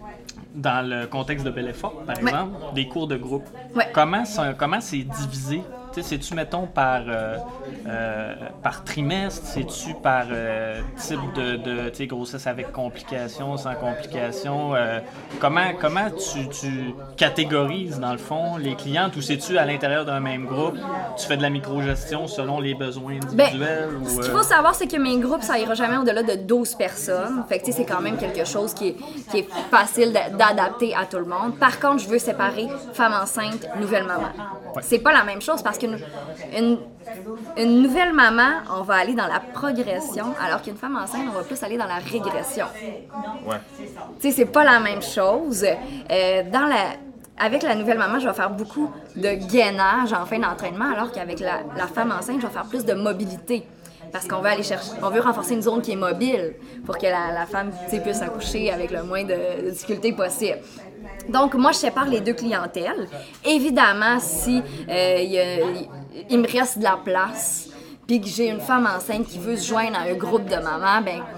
dans le contexte de Bel Effort, par Ouais. exemple, des cours de groupe, Ouais. comment, ça- comment c'est divisé? Tu sais, c'est-tu, mettons, par, euh, euh, par trimestre? C'est-tu par euh, type de, de tu sais, grossesse avec complications, sans complications? Euh, comment comment tu, tu catégorises, dans le fond, les clientes? Ou c'est-tu à l'intérieur d'un même groupe? Tu fais de la microgestion selon les besoins Ben, individuels? ou, ce qu'il euh, faut savoir, c'est que mes groupes, ça ira jamais au-delà de douze personnes. Fait que, tu sais, c'est quand même quelque chose qui est, qui est facile d'a- d'adapter à tout le monde. Par contre, je veux séparer femme enceinte, nouvelle maman. C'est pas la même chose parce qu'une une, une nouvelle maman, on va aller dans la progression, alors qu'une femme enceinte, on va plus aller dans la régression. Ouais. Tu sais, c'est pas la même chose. Euh, dans la... Avec la nouvelle maman, je vais faire beaucoup de gainage en fin d'entraînement, alors qu'avec la, la femme enceinte, je vais faire plus de mobilité. Parce qu'on veut aller chercher, on veut renforcer une zone qui est mobile pour que la, la femme tu sais, puisse accoucher avec le moins de, de difficultés possible. Donc, moi, je sépare les deux clientèles. Évidemment, si euh, il y a- il me reste de la place, puis que j'ai une femme enceinte qui veut se joindre à un groupe de mamans, ben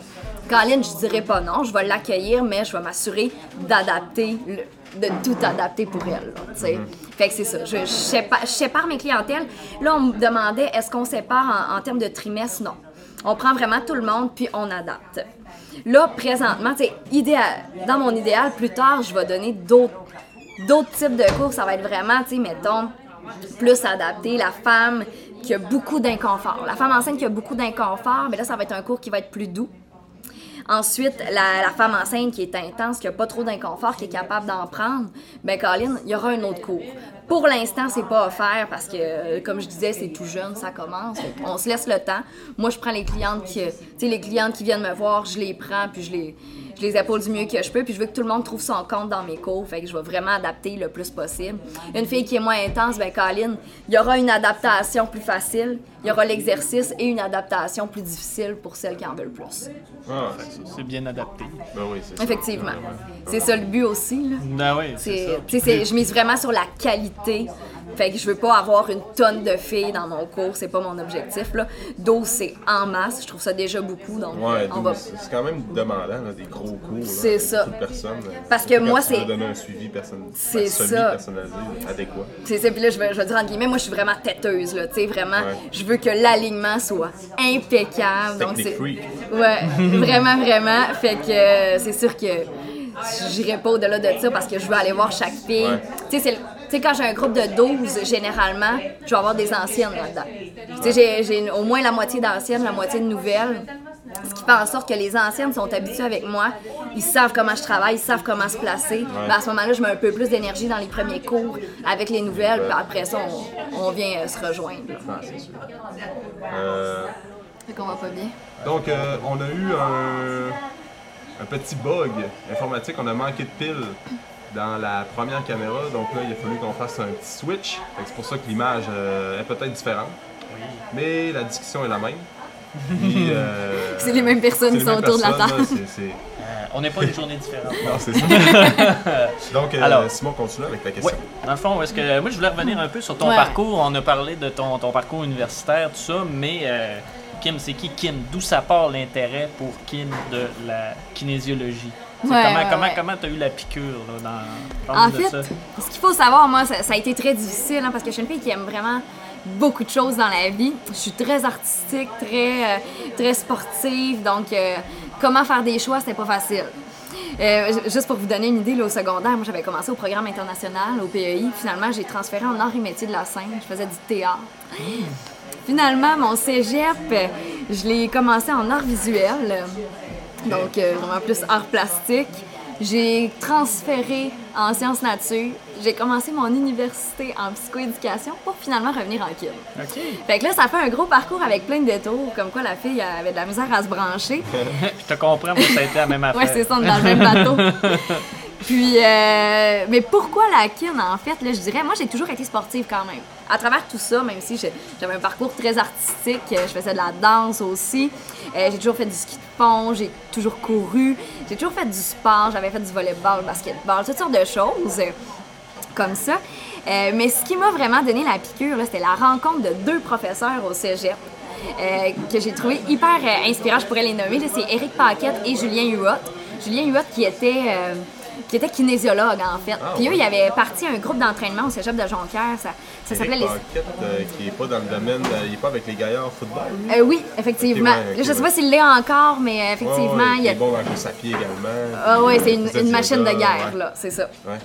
Colin, je dirais pas non, je vais l'accueillir, mais je vais m'assurer d'adapter, le, de tout adapter pour elle. Là, mm-hmm. Fait que c'est ça, je, je, sépare, je sépare mes clientèles. Là, on me demandait, est-ce qu'on sépare en, en termes de trimestre? Non. On prend vraiment tout le monde, puis on adapte. Là, présentement, idéal, dans mon idéal, plus tard, je vais donner d'autres, d'autres types de cours. Ça va être vraiment, tu sais, mettons, plus adapté. La femme qui a beaucoup d'inconfort. La femme enceinte qui a beaucoup d'inconfort, mais là, ça va être un cours qui va être plus doux. Ensuite, la, la femme enceinte qui est intense, qui n'a pas trop d'inconfort, qui est capable d'en prendre, bien, Colin, il y aura un autre cours. Pour l'instant, c'est pas offert parce que, comme je disais, c'est tout jeune, ça commence. On se laisse le temps. Moi, je prends les clientes qui, tu sais, les clientes qui viennent me voir, je les prends, puis je les, je les épaule du mieux que je peux, puis je veux que tout le monde trouve son compte dans mes cours, fait que je vais vraiment adapter le plus possible. Une fille qui est moins intense, ben Colin, il y aura une adaptation plus facile, il y aura l'exercice et une adaptation plus difficile pour celles qui en veulent plus. Ah, c'est bien adapté. Ben oui, c'est ça. Effectivement. C'est ça le but aussi, là. Ben oui, c'est ça. C'est, je mise vraiment sur la qualité. Fait que je veux pas avoir une tonne de filles dans mon cours, c'est pas mon objectif, là. douze, c'est en masse, je trouve ça déjà beaucoup, donc ouais, on va... c'est quand même demandant, là, des gros cours, c'est ça. Toute personne. Parce que moi, c'est... donner un suivi person... c'est semi-personnalisé, adéquat. C'est ça, puis là, je vais, je vais dire entre guillemets, moi, je suis vraiment têteuse, là, tu sais, vraiment, ouais. Je veux que l'alignement soit impeccable. Donc c'est freak. Ouais, vraiment, vraiment, fait que euh, c'est sûr que j'irai pas au-delà de ça parce que je veux aller voir chaque fille. Ouais. Tu sais, c'est le... Tu sais, quand j'ai un groupe de douze, généralement, je vais avoir des anciennes là-dedans. Tu sais, j'ai, j'ai au moins la moitié d'anciennes, la moitié de nouvelles. Ce qui fait en sorte que les anciennes sont habituées avec moi. Ils savent comment je travaille, ils savent comment se placer. Ouais. Mais à ce moment-là, je mets un peu plus d'énergie dans les premiers cours avec les nouvelles. Puis après ça, on, on vient euh, se rejoindre. Ah, c'est sûr. Euh... Fait qu'on va pas bien. Donc, euh, on a eu un, un petit bug informatique. On a manqué de piles dans la première caméra, donc là il a fallu qu'on fasse un petit switch, c'est pour ça que l'image euh, est peut-être différente, oui. Mais la discussion est la même. Puis, euh, c'est les mêmes personnes qui sont autour de la table. Là, c'est, c'est... Euh, on n'est pas une journée différente. Non, c'est ça. Donc, euh, alors, Simon, continue avec ta question. Ouais. Dans le fond, est-ce que moi je voulais revenir un peu sur ton ouais. parcours. On a parlé de ton, ton parcours universitaire, tout ça, mais euh, Kim, c'est qui Kim? D'où ça part l'intérêt pour Kim de la kinésiologie? Ouais, comment, ouais, comment, ouais. comment t'as eu la piqûre là, dans, en fait, ça. Ce qu'il faut savoir, moi, ça, ça a été très difficile hein, parce que je suis une fille qui aime vraiment beaucoup de choses dans la vie. Je suis très artistique, très, euh, très sportive, donc euh, comment faire des choix, c'était pas facile. Euh, juste pour vous donner une idée, là, au secondaire, moi j'avais commencé au programme international, au P E I. Finalement, j'ai transféré en arts et métiers de la scène. Je faisais du théâtre. Mmh. Finalement, mon cégep, je l'ai commencé en arts visuels. Donc, euh, vraiment plus art plastique. J'ai transféré en sciences nature. J'ai commencé mon université en psychoéducation pour finalement revenir en kin. OK. Fait que là, ça fait un gros parcours avec plein de détours, comme quoi la fille avait de la misère à se brancher. Je te comprends, moi, ça a été la même affaire. Ouais, c'est ça, on est dans le même bateau. Puis, euh, mais pourquoi la kin, en fait, là, je dirais, moi, j'ai toujours été sportive quand même. À travers tout ça, même si j'avais un parcours très artistique, je faisais de la danse aussi, euh, j'ai toujours fait du ski de fond, j'ai toujours couru, j'ai toujours fait du sport, j'avais fait du volleyball, basketball, toutes sortes de choses comme ça. Euh, mais ce qui m'a vraiment donné la piqûre, là, c'était la rencontre de deux professeurs au cégep. Euh, que j'ai trouvé hyper euh, inspirant, je pourrais les nommer, là, c'est Éric Paquette et Julien Huot. Julien Huot qui était... Euh, qui était kinésiologue, en fait. Ah, puis eux, ouais. Ils avaient parti à un groupe d'entraînement au cégep de Jonquière. Ça, ça s'appelait les... Paquette, euh, qui n'est pas dans le domaine... Euh, il n'est pas avec les gaillards football? Euh, oui, effectivement. Okay, ouais, okay, je ne sais ouais. pas s'il l'est encore, mais euh, effectivement... Ouais, ouais, il est bon dans le course à pied également. Ah oui, c'est une, une machine de guerre, ouais. là, c'est ça. Ouais.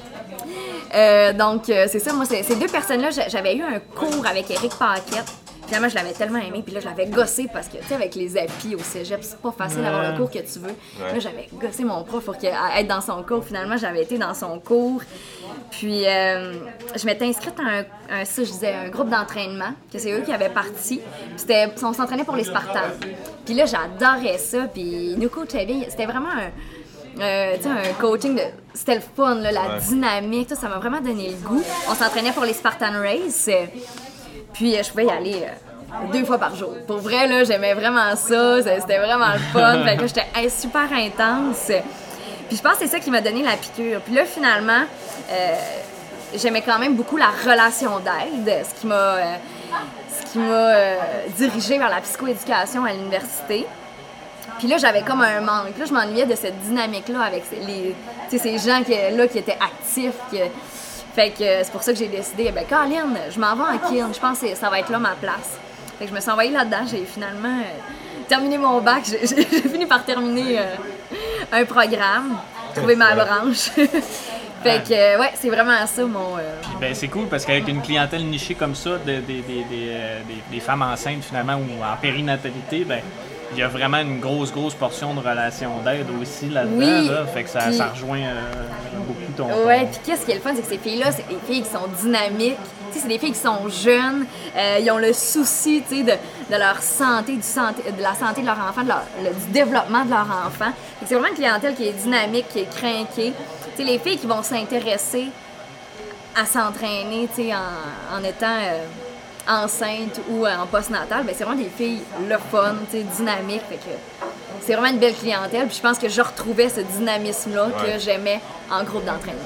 Euh, donc, euh, c'est ça. Moi, c'est, ces deux personnes-là, j'avais eu un cours avec Éric Paquette. Finalement, je l'avais tellement aimé, puis là, je l'avais gossé parce que, tu sais, avec les applis au cégep, c'est pas facile ouais. d'avoir le cours que tu veux. Ouais. Là, j'avais gossé mon prof pour qu'il être dans son cours. Finalement, j'avais été dans son cours. Puis, euh, je m'étais inscrite à un, un, ça, je disais, un groupe d'entraînement, que c'est eux qui avaient parti. Puis, c'était, on s'entraînait pour les Spartans. Puis là, j'adorais ça, puis nous coachaient bien. C'était vraiment un... Euh, tu sais, un coaching de... C'était le fun, là, la ouais. dynamique, tout, ça m'a vraiment donné le goût. On s'entraînait pour les Spartan Race. Puis je pouvais y aller euh, deux fois par jour. Pour vrai, là, j'aimais vraiment ça. C'était vraiment le fun. Fait que j'étais super intense. Puis je pense que c'est ça qui m'a donné la piqûre. Puis là, finalement, euh, j'aimais quand même beaucoup la relation d'aide, ce qui m'a, euh, ce qui m'a euh, dirigée vers la psychoéducation à l'université. Puis là, j'avais comme un manque. Là, je m'ennuyais de cette dynamique-là avec les, ces gens qui, là, qui étaient actifs. Qui, fait que c'est pour ça que j'ai décidé, ben Caroline, je m'en vais en kin. Je pense que ça va être là ma place. Fait que je me suis envoyée là-dedans. J'ai finalement euh, terminé mon bac. J'ai, j'ai fini par terminer euh, un programme, trouver ma branche. Fait que, euh, ouais, c'est vraiment ça mon. Euh... Ben, c'est cool parce qu'avec une clientèle nichée comme ça, des, des, des, des, des, des femmes enceintes finalement ou en périnatalité, ben, il y a vraiment une grosse, grosse portion de relations d'aide aussi là-dedans. Oui, là, fait que ça, puis... ça rejoint euh, beaucoup ton. Ouais, puis qu'est-ce qui est le fun, c'est que ces filles-là, c'est des filles qui sont dynamiques. Tu sais, c'est des filles qui sont jeunes, euh, ils ont le souci, tu sais, de, de leur santé, du santé, de la santé de leur enfant, de leur, le, du développement de leur enfant. Fait que c'est vraiment une clientèle qui est dynamique, qui est crinquée. Tu sais, les filles qui vont s'intéresser à s'entraîner, tu sais, en, en étant euh, enceinte ou en postnatal, ben c'est vraiment des filles le fun, tu sais, dynamiques. Fait que c'est vraiment une belle clientèle. Puis je pense que je retrouvais ce dynamisme-là ouais. que j'aimais en groupe d'entraînement.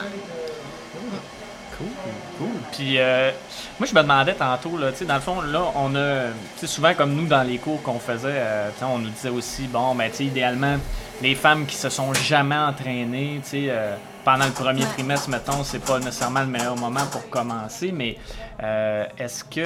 Cool, cool. Puis euh, moi, je me demandais tantôt, là, tu sais, dans le fond, là, on a, tu sais, souvent comme nous dans les cours qu'on faisait, euh, tu sais, on nous disait aussi, bon, ben, tu sais, idéalement, les femmes qui se sont jamais entraînées, tu sais, euh, pendant le premier ouais. trimestre, mettons, c'est pas nécessairement le meilleur moment pour commencer, mais euh, est-ce que,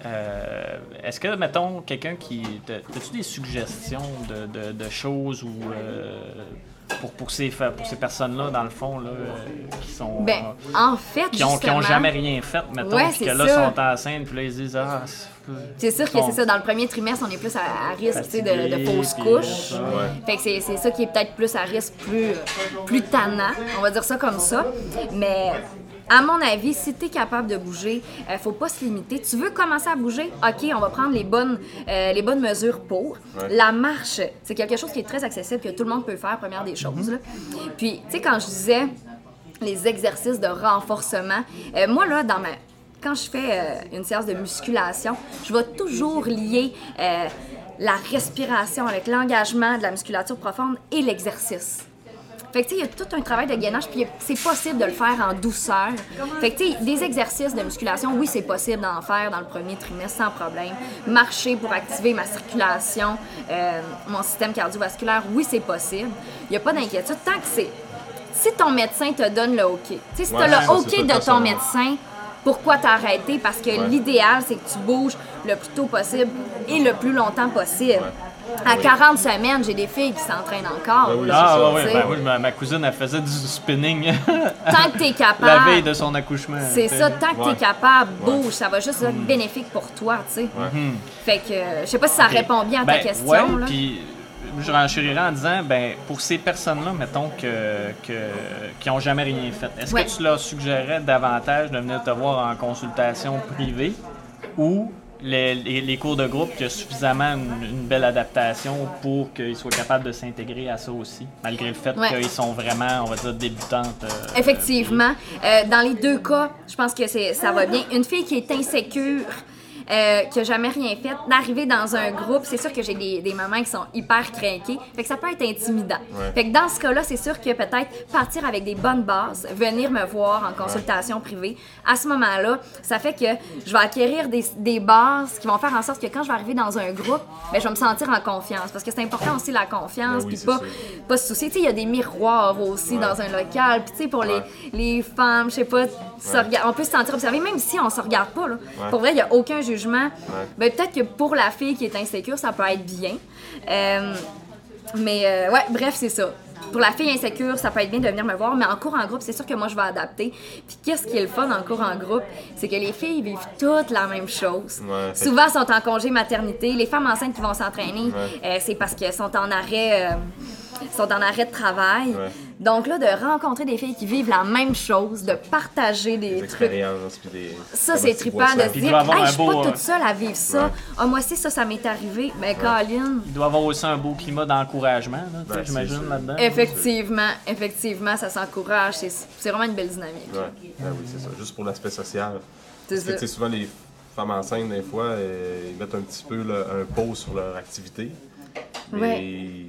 euh, est-ce que, mettons, quelqu'un qui, as-tu des suggestions de, de, de choses ou euh, Pour, pour, ces, pour ces personnes-là, dans le fond, là, qui sont. Ben, euh, en fait, qui ont, qui ont jamais rien fait, mettons, ouais, puis que là, ça. sont enceintes, puis là, ils se disent, ah, c'est sûr que c'est ça. Dans le premier trimestre, on est plus à, à risque fatigué, de, de fausses couches. Euh, ouais. Fait que c'est, c'est ça qui est peut-être plus à risque, plus, plus tannant. On va dire ça comme ça. Mais. À mon avis, si tu es capable de bouger, il euh, ne faut pas se limiter. Tu veux commencer à bouger? OK, on va prendre les bonnes, euh, les bonnes mesures pour. Ouais. La marche, c'est quelque chose qui est très accessible, que tout le monde peut faire, première des choses. Là. Puis, tu sais, quand je disais les exercices de renforcement, euh, moi, là, dans ma... quand je fais euh, une séance de musculation, je vais toujours lier euh, la respiration avec l'engagement de la musculature profonde et l'exercice. Fait que tu sais, il y a tout un travail de gainage, puis c'est possible de le faire en douceur. Fait que tu sais, des exercices de musculation, oui, c'est possible d'en faire dans le premier trimestre sans problème. Marcher pour activer ma circulation, euh, mon système cardiovasculaire, oui, c'est possible. Il n'y a pas d'inquiétude tant que c'est... Si ton médecin te donne le OK, tu sais, si tu as ouais, le OK de ton médecin, pourquoi t'arrêter? Parce que ouais. l'idéal, c'est que tu bouges le plus tôt possible et le plus longtemps possible. Ouais. À quarante semaines, j'ai des filles qui s'entraînent encore. Ben oui, ah, oui, ben, oui, ma, ma cousine, elle faisait du spinning. Tant que t'es capable. La veille de son accouchement. C'est ça, tant que ouais. t'es capable, bouge. Ouais. Ça va juste être mm. bénéfique pour toi, tu sais. Ouais. Fait que, je sais pas si ça okay. répond bien à ben, ta question. Ouais, là. Puis, je renchérirais en disant, ben, pour ces personnes-là, mettons, que, que, qui n'ont jamais rien fait, est-ce ouais. que tu leur suggérerais davantage de venir te voir en consultation privée ou Les, les, les cours de groupe, qu'il y a suffisamment une, une belle adaptation pour qu'ils soient capables de s'intégrer à ça aussi, malgré le fait ouais. qu'ils sont vraiment, on va dire, débutantes. Euh, Effectivement. Euh, dans les deux cas, je pense que c'est, ça va bien. Une fille qui est insécure, euh, qui n'a jamais rien fait, d'arriver dans un groupe, c'est sûr que j'ai des, des mamans qui sont hyper craquées, fait que ça peut être intimidant. Ouais. Fait que dans ce cas-là, c'est sûr que peut-être partir avec des bonnes bases, venir me voir en consultation ouais. privée, à ce moment-là, ça fait que je vais acquérir des, des bases qui vont faire en sorte que quand je vais arriver dans un groupe, ben, je vais me sentir en confiance, parce que c'est important aussi la confiance, puis oui, pas, pas se soucier. Tu sais, il y a des miroirs aussi ouais. dans un local, puis tu sais, pour ouais. les, les femmes, je sais pas, ouais. on peut se sentir observé, même si on se regarde pas, là. Ouais. Pour vrai, il n'y a aucun jugement. Ouais. Ben, peut-être que pour la fille qui est insécure, ça peut être bien. Euh, mais euh, ouais, bref, c'est ça. Pour la fille insécure, ça peut être bien de venir me voir, mais en cours en groupe, c'est sûr que moi, je vais adapter. Puis qu'est-ce qui est le fun en cours en groupe? C'est que les filles vivent toutes la même chose. Ouais, souvent, elles sont en congé maternité. Les femmes enceintes qui vont s'entraîner, ouais. euh, c'est parce qu'elles sont en arrêt... Euh, sont en arrêt de travail. Ouais. Donc là, de rencontrer des filles qui vivent la même chose, de partager des, des trucs. Puis des... Ça, c'est trippant de se dire, hey, je suis pas toute seule à vivre ça. Ouais. Ah, moi aussi, ça, ça m'est arrivé. Ben, ouais. Caroline. Il doit y avoir aussi un beau climat d'encouragement, là, ben, j'imagine, là-dedans. Effectivement, effectivement, ça s'encourage. C'est, c'est vraiment une belle dynamique. Ouais. Ben oui, c'est ça. Juste pour l'aspect social. C'est Parce que, souvent, les femmes enceintes, des fois, ils mettent un petit peu là, un pause sur leur activité. Mais ouais.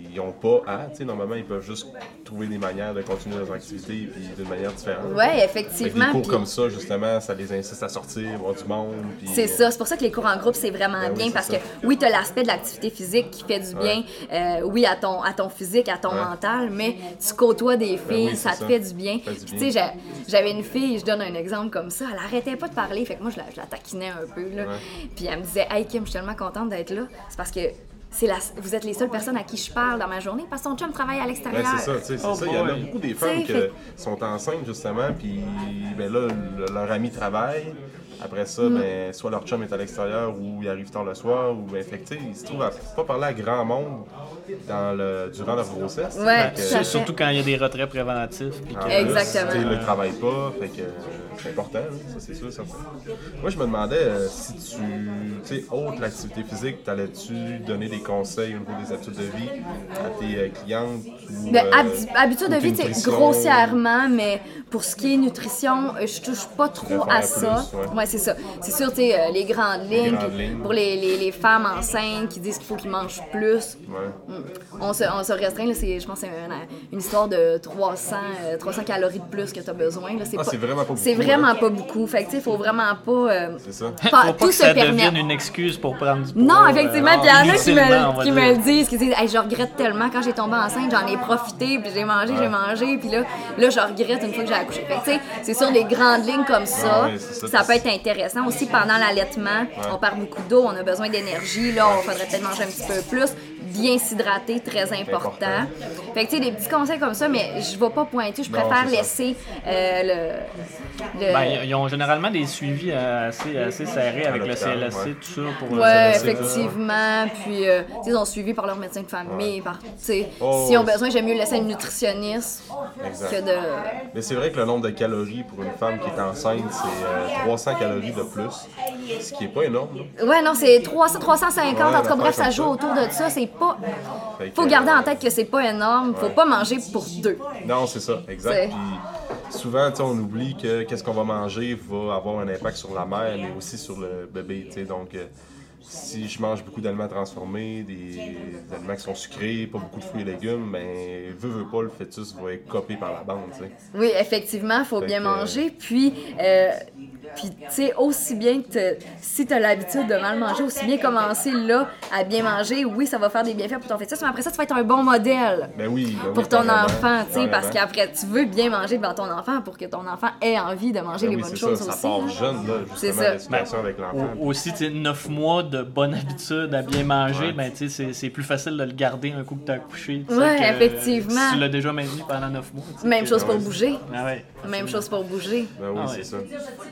ils n'ont pas à, tu sais, normalement, ils peuvent juste trouver des manières de continuer leurs activités puis d'une manière différente. Oui, Fait que effectivement. des cours puis- comme ça, justement, ça les incite à sortir, voir du monde. puis, C'est euh, ça, c'est pour ça que les cours en groupe, c'est vraiment Ben oui, bien c'est parce ça. que oui, tu as l'aspect de l'activité physique qui fait du bien, euh, oui, à ton, à ton physique, à ton Ouais. mental, mais tu côtoies des filles, oui, ça c'est te ça. fait du bien. Ça fait du Puis bien. tu sais, j'a- j'avais une fille, je donne un exemple comme ça, elle arrêtait pas de parler, fait que moi, je la, je la taquinais un peu, là. Puis elle me disait, hey Kim, je suis tellement contente d'être là, c'est parce que c'est la, vous êtes les seules personnes à qui je parle dans ma journée parce que ton chum travaille à Ben, l'extérieur. c'est ça, tu sais, c'est Oh ça. Il y en a boy. beaucoup des femmes T'sais, qui fait- sont enceintes, justement, puis ben là, le- leur ami travaille. Après ça, Mm. ben, soit leur chum est à l'extérieur ou il arrive tard le soir, ou ben, fait que, tu sais, ils se trouvent à pas parler à grand monde dans le, durant leur grossesse. Ouais, Fait que, tout à C'est fait. surtout quand il y a des retraits préventifs. puis en que- plus, Exactement. tu sais, là, ils ne travaillent pas, fait que euh, c'est important, hein, ça c'est sûr, certain. Moi, je me demandais euh, si tu, tu sais, autre l'activité physique, t'allais-tu donner des conseils au niveau des habitudes de vie à tes euh, clientes ou, De euh, habi- habitude de ou vie, tu sais, nutrition? grossièrement, mais pour ce qui est nutrition, euh, je touche pas trop devrais à faire ça. plus, ouais. Ouais, c'est ça. C'est sûr, tu sais, euh, les grandes lignes, grandes puis lignes. pour les, les, les femmes enceintes qui disent qu'il faut qu'ils mangent plus, Ouais. on se, on se restreint, là, c'est, je pense que c'est une, une histoire de trois cents, euh, trois cents calories de plus que tu as besoin. Là. Ah, c'est vraiment pas C'est beaucoup, vraiment hein. pas beaucoup. Fait que, tu sais, faut vraiment pas... euh, C'est ça. pas- Faut pas tout que se ça permet. devienne une excuse pour prendre du poids. Non, euh, effectivement, puis il y en a qui, inutilement, on me, va qui dire. me le disent, qui disent hey, je regrette tellement quand j'ai tombé enceinte, j'en ai profité, puis j'ai mangé, j'ai mangé, puis là, là, je regrette une fois que j'ai accouché. Fait que, tu sais, c'est sur des grandes lignes comme ça, Ah ouais, c'est ça. ça peut être intéressant. Aussi, pendant l'allaitement, on perd beaucoup d'eau, on a besoin d'énergie, là, on faudrait peut-être manger un petit peu plus. Bien s'hydrater, très important. important. Fait que, tu sais, des petits conseils comme ça, mais je vais pas pointer, je Non, préfère c'est ça. laisser euh, le... le- Ben, ils- ils ont généralement des suivis euh, assez, assez serrés avec le C l'hôpital, L S C, ouais. tout ça. Pour le Ouais, C L S C. effectivement. Puis, euh, tu sais, ils sont suivis par leur médecin de famille. Par, tu sais, Oh, s'ils ont ouais. besoin, j'aime mieux laisser un nutritionniste Exact. que de. Mais c'est vrai que le nombre de calories pour une femme qui est enceinte, c'est euh, trois cents calories de plus, ce qui est pas énorme. Là. Ouais, non, c'est trois cents, trois cent cinquante. Ouais, en tout cas, l'affaire bref, ça comme joue ça. autour de ça. C'est pas. Fait que, Faut garder euh, en tête que c'est pas énorme. Faut pas manger pour deux. Non, c'est ça, exact. C'est- Puis souvent, tu sais, on oublie que qu'est-ce qu'on va manger va avoir un impact sur la mère, mais aussi sur le bébé. tu sais. Donc, euh, si je mange beaucoup d'aliments transformés, des, des aliments qui sont sucrés, pas beaucoup de fruits et légumes, ben, veut, veut pas, le fœtus va être copé par la bande. tu sais. Oui, effectivement, faut Fait bien que- manger. Puis, euh, puis tu sais, aussi bien que te- si tu as l'habitude de mal manger, aussi bien commencer là à bien manger. Oui, ça va faire des bienfaits pour ton fœtus, mais après ça, tu vas être un bon modèle. Ben oui, ben oui, Pour ton carrément, enfant, tu sais, parce carrément. qu'après, tu veux bien manger devant ton enfant pour que ton enfant ait envie de manger Ben les oui, bonnes c'est choses ça, aussi. ça part hein. jeune, là, C'est justement, ça. l'éducation avec l'enfant. Au- Aussi, tu sais, neuf mois de bonne habitude à bien manger, Ouais. ben, tu sais, c'est- c'est plus facile de le garder un coup que tu as accouché. tu sais, Ouais, que, euh, effectivement. Si tu l'as déjà maintenu pendant neuf mois. tu sais, Même que- chose pour Ouais. bouger. Ah ouais. Même chose pour bouger. Ben oui, Ah c'est ouais. ça.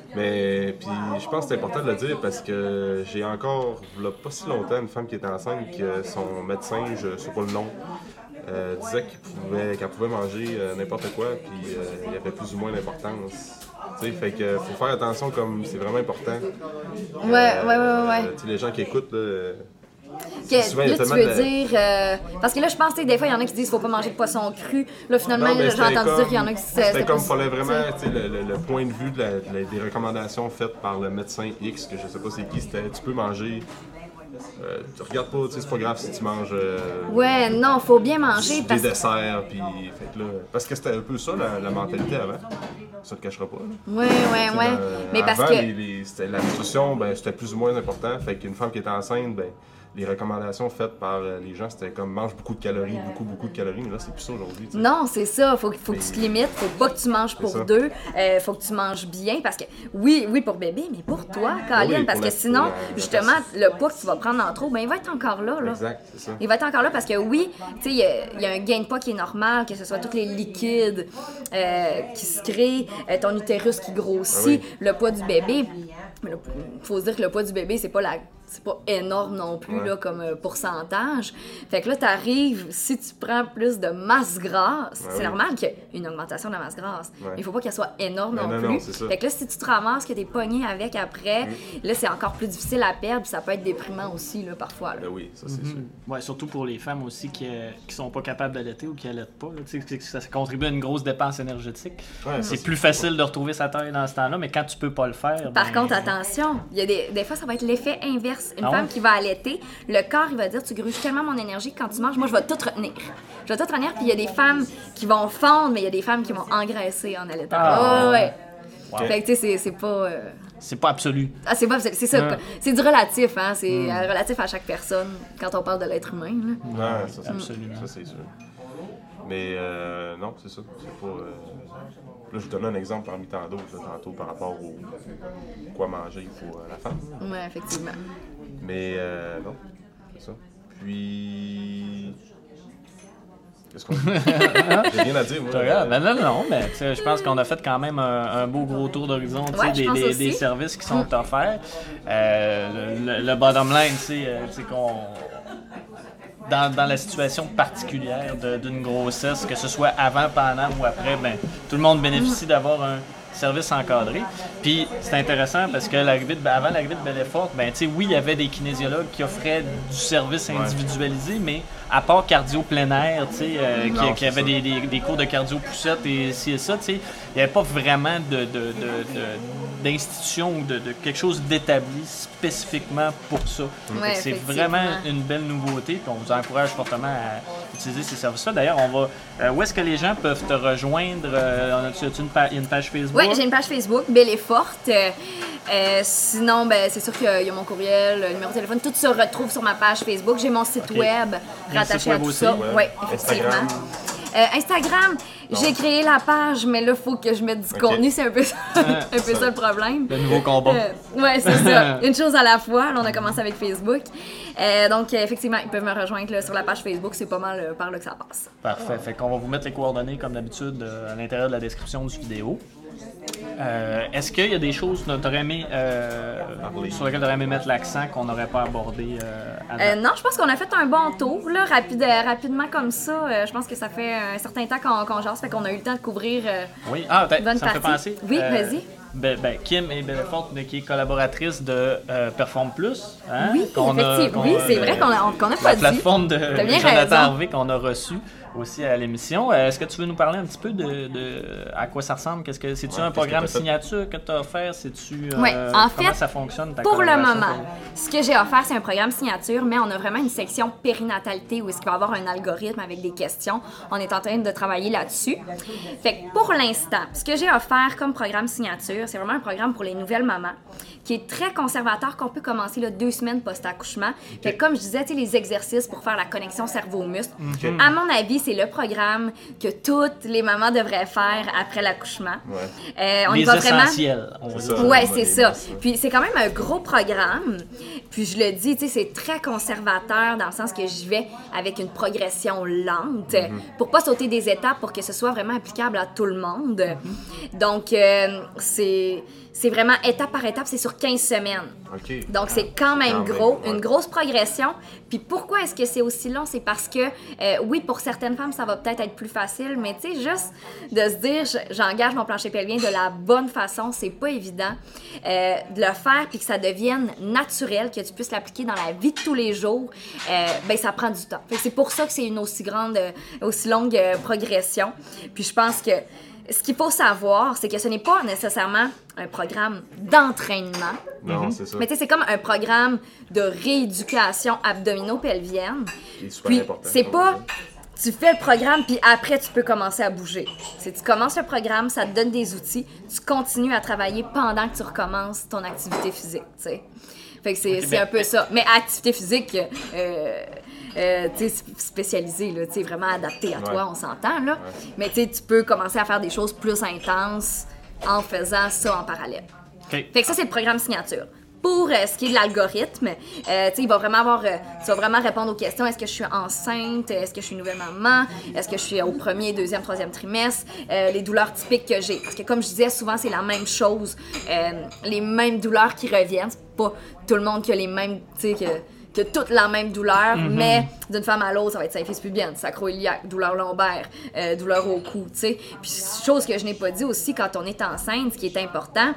Mais puis je pense que c'est important de le dire parce que j'ai encore, là, pas si longtemps, une femme qui était enceinte que son médecin, je sais pas le nom, euh, disait qu'il pouvait, qu'elle pouvait manger euh, n'importe quoi, puis euh, il y avait plus ou moins d'importance. Tu sais, fait que faut faire attention comme c'est vraiment important. Ouais, ouais, ouais, ouais. Tu sais, les gens qui écoutent, là, Que- souvent, il y a là, tu tellement veux de- dire. euh, parce que là, je pense que des fois, il y en a qui disent faut pas manger de poisson cru. Là, finalement, Non, mais j'ai c'était entendu comme- dire qu'il y en a qui c'est- C'était comme, pas- fallait vraiment, tu sais. tu sais, le, le- le point de vue de la- de la- des recommandations faites par le médecin X, que je sais pas c'est qui, c'était tu peux manger. Euh, tu regardes pas, tu sais, c'est pas grave si tu manges euh, Ouais, non, faut bien manger des parce que. desserts, puis fait que là, parce que c'était un peu ça la, la mentalité avant. Ça te cachera pas. Là. Ouais, ouais, ouais. Dans- Mais parce avant, que. les- les- c'était- la nutrition, ben, c'était plus ou moins important. Fait qu'une femme qui était enceinte, ben, les recommandations faites par euh, les gens, c'était comme mange beaucoup de calories, beaucoup, beaucoup de calories. Mais là, c'est plus ça aujourd'hui. tu sais. Non, c'est ça. Faut, faut que tu te limites. Faut pas que tu manges pour ça. deux. Euh, faut que tu manges bien parce que, oui, oui, pour bébé, mais pour toi, Colin. oui, parce pour que la- sinon, pour la- la justement, personne. le poids que tu vas prendre en trop, ben, il va être encore là. là. Exact, c'est ça. Il va être encore là parce que oui, tu sais, il y a- il y, a un gain de poids qui est normal, que ce soit tous les liquides euh, qui se créent, euh, ton utérus qui grossit, Ah oui. le poids du bébé. Il faut se dire que le poids du bébé, c'est pas la c'est pas énorme non plus Ouais. là, comme euh, pourcentage. Fait que là, t'arrives, si tu prends plus de masse grasse, Ouais, c'est oui. normal qu'il y ait une augmentation de la masse grasse. Ouais. Mais il faut pas qu'elle soit énorme Ben non, non, plus. non, c'est ça. Fait que là, si tu te ramasses que t'es pogné avec après, Mm. là, c'est encore plus difficile à perdre, puis ça peut être déprimant aussi, là, parfois. Là. Ben oui, ça c'est sûr. Ouais, surtout pour les femmes aussi qui, euh, qui sont pas capables d'allaiter ou qui allaitent pas. là. Tu sais, c'est que ça, ça contribue à une grosse dépense énergétique. Ouais, ça, c'est plus facile de retrouver sa taille dans ce temps-là, mais quand tu peux pas le faire. Par ben, contre, attention, il y a des, des fois, ça va être l'effet inverse l'inverse. Une Ah femme ouais? qui va allaiter, le corps, il va dire, tu gruges tellement mon énergie que quand tu manges, moi, je vais tout retenir. Je vais tout retenir, puis il y a des femmes qui vont fondre, mais il y a des femmes qui vont engraisser en allaitant. Ah, Oh, ouais. Wow. Fait que, tu sais, c'est, c'est pas... euh, C'est pas absolu. Ah, c'est pas... C'est ça. Ouais. C'est du relatif, hein. C'est Mm. euh, relatif à chaque personne quand on parle de l'être humain, là. Non, ça, c'est Absolument. Ça, c'est sûr. Mais euh, non, c'est ça. C'est pas. Euh... Là, je vous donne un exemple parmi tant d'autres, là, tantôt, par rapport au quoi manger il faut à la femme. Ouais, effectivement. Mais euh, non, c'est ça. Puis. Qu'est-ce qu'on dit? J'ai rien à dire, moi. Je regarde. Ben non, non, mais tu sais, je pense qu'on a fait quand même un, un beau gros tour d'horizon tu sais, Ouais, je des, pense des, aussi. des services qui sont offerts. Euh, le, le bottom line, tu sais, euh, tu sais, qu'on. Dans, dans la situation particulière de- d'une grossesse, que ce soit avant, pendant ou après, ben, tout le monde bénéficie d'avoir un service encadré. Puis c'est intéressant parce que l'arrivée de, avant l'arrivée de Belle-Effort, ben, tu sais, oui, il y avait des kinésiologues qui offraient du service individualisé, mais à part cardio plein air, tu sais, euh, qui, Non, qui c'est avait ça. des, des, des cours de cardio poussette et ci et ça, tu sais, il n'y avait pas vraiment de, de, de, de- d'institution ou de, de quelque chose d'établi spécifiquement pour ça. Ouais, Fait que c'est effectivement. vraiment une belle nouveauté, puis on vous encourage fortement à utiliser ces services-là. D'ailleurs, on va. Euh, où est-ce que les gens peuvent te rejoindre? Euh, as-tu- as-tu une, pa- une page Facebook? Oui, j'ai une page Facebook, Belle et Forte. Euh, euh, sinon, ben, c'est sûr qu'il y a, il y a mon courriel, le numéro de téléphone, tout se retrouve sur ma page Facebook. J'ai mon site Ok. web Il y a un rattaché site à web tout aussi, ça. ouais. Oui, effectivement. Instagram. Euh, Instagram, j'ai créé la page, mais là, il faut que je mette du Ok. contenu. C'est un peu ça, un peu ça. ça le problème. Le nouveau combat. Euh, ouais, c'est ça. Une chose à la fois. Là, on a commencé avec Facebook. Euh, donc, euh, effectivement, ils peuvent me rejoindre là, sur la page Facebook. C'est pas mal euh, par là que ça passe. Parfait. Fait qu'on va vous mettre les coordonnées, comme d'habitude, euh, à l'intérieur de la description du vidéo. Euh, est-ce qu'il y a des choses dont t'aurais aimé, euh, Parler. sur lesquelles tu aurais aimé mettre l'accent qu'on n'aurait pas abordé euh, à Euh, date? non, je pense qu'on a fait un bon tour, là, rapide, euh, rapidement comme ça. Euh, je pense que ça fait un certain temps qu'on qu'on jase, fait qu'on a eu le temps de couvrir. euh, Oui, ah, peut-être, bonne ça me fait partie. penser. Oui, vas-y. Ben, ben, Kim et Belle-Effort, qui est collaboratrice de euh, Perform Plus. Hein, Oui, qu'on a- effectivement. qu'on Oui, a- c'est le- vrai qu'on a, qu'on a La pas dit. plateforme de T'as bien Jonathan raison. Harvey qu'on a reçu aussi à l'émission. Euh, Est-ce que tu veux nous parler un petit peu de, de à quoi ça ressemble? Qu'est-ce que c'est-tu Ouais, un qu'est-ce programme que t'as fait? signature que tu as offert? C'est-tu euh, Ouais, en comment fait, ça fonctionne ta Pour le collaboration? moment, ce que j'ai offert, c'est un programme signature, mais on a vraiment une section périnatalité où est-ce qu'il va y avoir un algorithme avec des questions. On est en train de travailler là-dessus. Fait que pour l'instant, ce que j'ai offert comme programme signature, c'est vraiment un programme pour les nouvelles mamans qui est très conservateur, qu'on peut commencer là, deux semaines post-accouchement. Fait que comme je disais, tu sais, les exercices pour faire la connexion cerveau-muscle. À mon avis, c'est le programme que toutes les mamans devraient faire après l'accouchement. Ouais. Euh, on y Les va vraiment. essentiels, on va C'est dire. ça. Ouais, on va c'est les ça. mettre ça. Puis c'est quand même un gros programme. Puis je le dis, tu sais, c'est très conservateur dans le sens que j'y vais avec une progression lente pour pas sauter des étapes pour que ce soit vraiment applicable à tout le monde. Donc, euh, c'est c'est vraiment étape par étape, c'est sur quinze semaines. OK. Donc, c'est quand même Quand même, gros, ouais. une grosse progression. Puis pourquoi est-ce que c'est aussi long? C'est parce que, euh, oui, pour certaines femmes, ça va peut-être être plus facile, mais tu sais, juste de se dire, je- j'engage mon plancher pelvien de la bonne façon, c'est pas évident. Euh, de le faire puis que ça devienne naturel, que tu puisses l'appliquer dans la vie de tous les jours, euh, ben ça prend du temps. Fait que c'est pour ça que c'est une aussi grande, euh, aussi longue euh, progression. Puis je pense que ce qu'il faut savoir, c'est que ce n'est pas nécessairement un programme d'entraînement. Non, c'est ça. Mais tu sais, c'est comme un programme de rééducation abdominopelvienne. Qui est super Puis important, c'est comme pas on dit. tu fais le programme puis après tu peux commencer à bouger. C'est tu commences le programme, ça te donne des outils, tu continues à travailler pendant que tu recommences ton activité physique, tu sais. Fait que c'est Ok, c'est ben, un peu ça. Mais activité physique euh, euh, tu sais, spécialisée, là, tu sais, vraiment adaptée à toi, Ouais. on s'entend, là. Mais tu sais, tu peux commencer à faire des choses plus intenses en faisant ça en parallèle. OK. Fait que ça, c'est le programme signature. Pour euh, ce qui est de l'algorithme, euh, tu sais, il va vraiment avoir, euh, tu vas vraiment répondre aux questions. Est-ce que je suis enceinte? Est-ce que je suis une nouvelle maman? Est-ce que je suis au premier, deuxième, troisième trimestre? Euh, les douleurs typiques que j'ai. Parce que comme je disais, souvent, c'est la même chose. Euh, les mêmes douleurs qui reviennent. C'est pas tout le monde qui a les mêmes, tu sais, que, que toute la même douleur, mais d'une femme à l'autre, ça va être symphyse pubienne, sacro-iliaque, douleur lombaire, euh, douleur au cou, tu sais. Puis chose que je n'ai pas dit aussi quand on est enceinte, ce qui est important,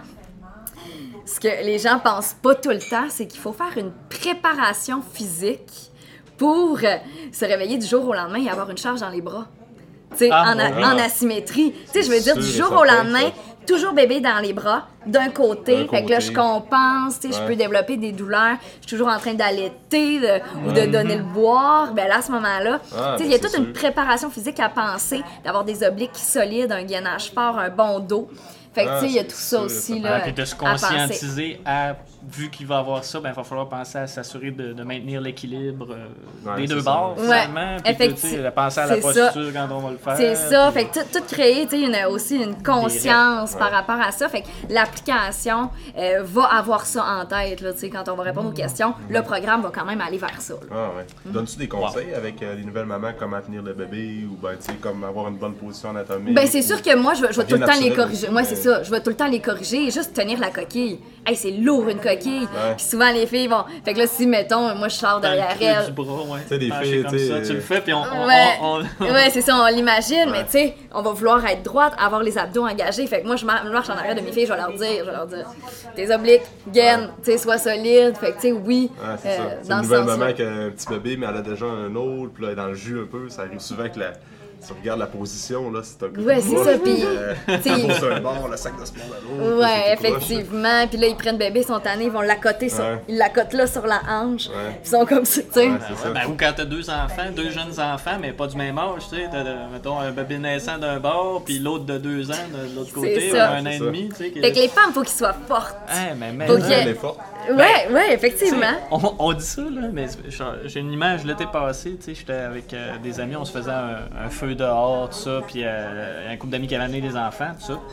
ce que les gens pensent pas tout le temps, c'est qu'il faut faire une préparation physique pour euh, se réveiller du jour au lendemain et avoir une charge dans les bras. Tu sais, Ah, en, a- ouais. en asymétrie. Tu sais, je veux dire, du sûr et jour au certain, lendemain, ça. toujours bébé dans les bras, d'un côté, D'un fait que là, côté. je compense, tu sais, je Ouais. peux développer des douleurs, je suis toujours en train d'allaiter de- ou de donner le boire, ben là, à ce moment-là, Ah, tu sais, ben il y a c'est toute une sûr. préparation physique à penser, d'avoir des obliques solides, un gainage fort, un bon dos. Fait que, Ah, tu sais, il y a c'est tout ça sûr, aussi, ça. là, Ouais, puis de se à penser. conscientiser à, vu qu'il va avoir ça, ben, il va falloir penser à s'assurer de, de maintenir l'équilibre euh, Ouais, des c'est deux ça. bords, Ouais, finalement. Puis de, tu effectivement. sais, de penser à la C'est posture ça. quand on va le faire. C'est ça, puis- fait que tout, tout créer, tu sais, une- aussi une conscience Ouais. par rapport à ça. Fait que l'application euh, va avoir ça en tête, là, tu sais, quand on va répondre aux questions. Le programme va quand même aller vers ça, là. Ah ouais. Donnes-tu des conseils avec euh, les nouvelles mamans, comment tenir le bébé ou ben, tu sais, comme avoir une bonne position anatomique? Ben, c'est ou- sûr que moi, je vais, je vais Bien tout le temps les naturel corriger. aussi, Moi, mais- c'est ça. Je vais tout le temps les corriger et juste tenir la coquille. Hey, c'est lourd, une coquille. Ouais. Puis souvent, les filles vont. Fait que là, si, mettons, moi, je sors Dans le derrière creux elle. du bras, ouais. Tu sais, des Penché filles, comme tu sais, ça, tu le fais, puis on... on- Ouais, on- on- ouais c'est ça, on l'imagine, Ouais. mais tu sais, on va vouloir être droite, avoir les abdos engagés. Fait que moi, je mar- marche en arrière de mes filles, je vais leur dire, je vais leur dire, tes obliques, gaines, tu sais, sois solide. Fait que tu sais, oui, Ouais, c'est euh, ça. C'est dans une ce nouvelle sens-là. maman qui a un petit bébé, mais elle a déjà un autre, puis là, elle est dans le jus un peu. Ça arrive souvent que la... tu regardes la position, là, c'est un peu. Ouais, c'est ça, puis, Euh, tu sais, la bourse d'un bord, le sac de sport à l'autre. Ouais, c'est tout croche, effectivement. Puis là, ils prennent bébé, ils sont tannés, ils vont l'accoter sur. Ouais. Ils l'accotent là sur la hanche. Ouais. Puis ils sont comme ça, tu sais. Ouais, c'est ça. Ben, ou quand t'as deux enfants, deux jeunes enfants, mais pas du même âge, tu sais, t'as, t'as, mettons, un bébé naissant d'un bord, puis l'autre de deux ans de l'autre côté, ça. ou un C'est an et ça. demi, tu sais. qui- Fait que les femmes, faut qu'ils soient fortes. Hein, mais, mais, Faut mais- qu'il y ait- Elle est forte. Ouais, ouais, Tu sais, effectivement. on, on dit ça, là, mais j'ai une image l'été passé, tu sais, j'étais avec euh, des amis, on se faisait un, un feu dehors, tout ça, puis euh, un couple d'amis qui avait amené des enfants, tout ça.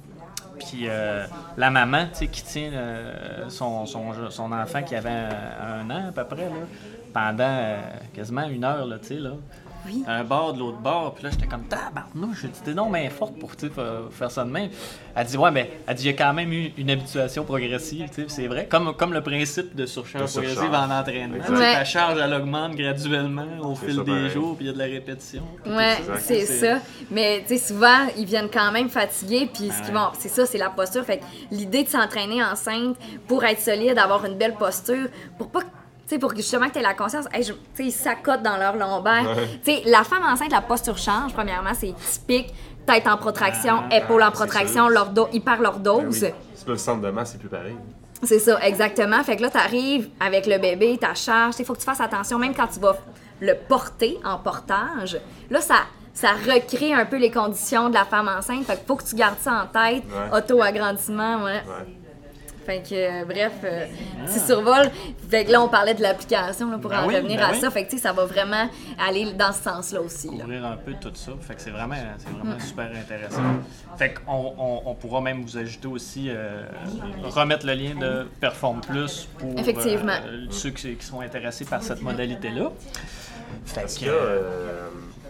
Puis euh, la maman, tu sais, qui tient euh, son, son, son enfant qui avait un, un an à peu près, là, pendant euh, quasiment une heure, là, tu sais, là. Oui. Un bord de l'autre bord, puis là, j'étais comme, tabarnouche, j'ai dit, t'es non, mais forte pour tu sais, fa- faire ça de même. Elle dit, ouais, mais elle dit, il y a quand même eu une habituation progressive, tu sais, c'est vrai. Comme, comme le principe de surcharge De surcharge. progressive en entraînement. Exact. Tu sais, Ouais. Ta charge, elle augmente graduellement au C'est fil ça, des pareil. jours, puis il y a de la répétition. puis tout Ouais, ça. c'est ça. Mais tu sais, souvent, ils viennent quand même fatigués, puis ce qu'ils Ouais. vont, c'est ça, c'est la posture. Fait que l'idée de s'entraîner enceinte pour être solide, avoir une belle posture, pour pas que- tu sais, pour que justement que tu aies la conscience, hey, je- tu sais, ils s'accotent dans leur lombaire. Ouais. Tu sais, la femme enceinte, la posture change, premièrement, c'est typique. Tête en protraction, épaule en c'est protraction, sûr. leur dos, hyper leur Ben dose. oui. C'est pas le centre de masse, c'est plus pareil. C'est ça, exactement. Fait que là, t'arrives avec le bébé, ta charge, il faut que tu fasses attention, même quand tu vas le porter en portage. Là, ça, ça recrée un peu les conditions de la femme enceinte. Fait qu'il faut que tu gardes ça en tête. Ouais. Auto-agrandissement, ouais. Ouais. Fait que, euh, bref, euh, petit survol. Fait que là, on parlait de l'application là, pour Ben en oui, revenir ben à oui. ça. Fait que, tu sais, ça va vraiment aller dans ce sens-là aussi. là. Couvrir un peu tout ça. Fait que c'est vraiment, c'est Mm. vraiment super intéressant. Fait qu'on on, on pourra même vous ajouter aussi, euh, remettre le lien de Perform Plus pour Effectivement. euh, ceux qui, qui sont intéressés par cette modalité-là. Fait Est-ce que, que, euh,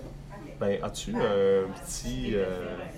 ben, as-tu un petit euh,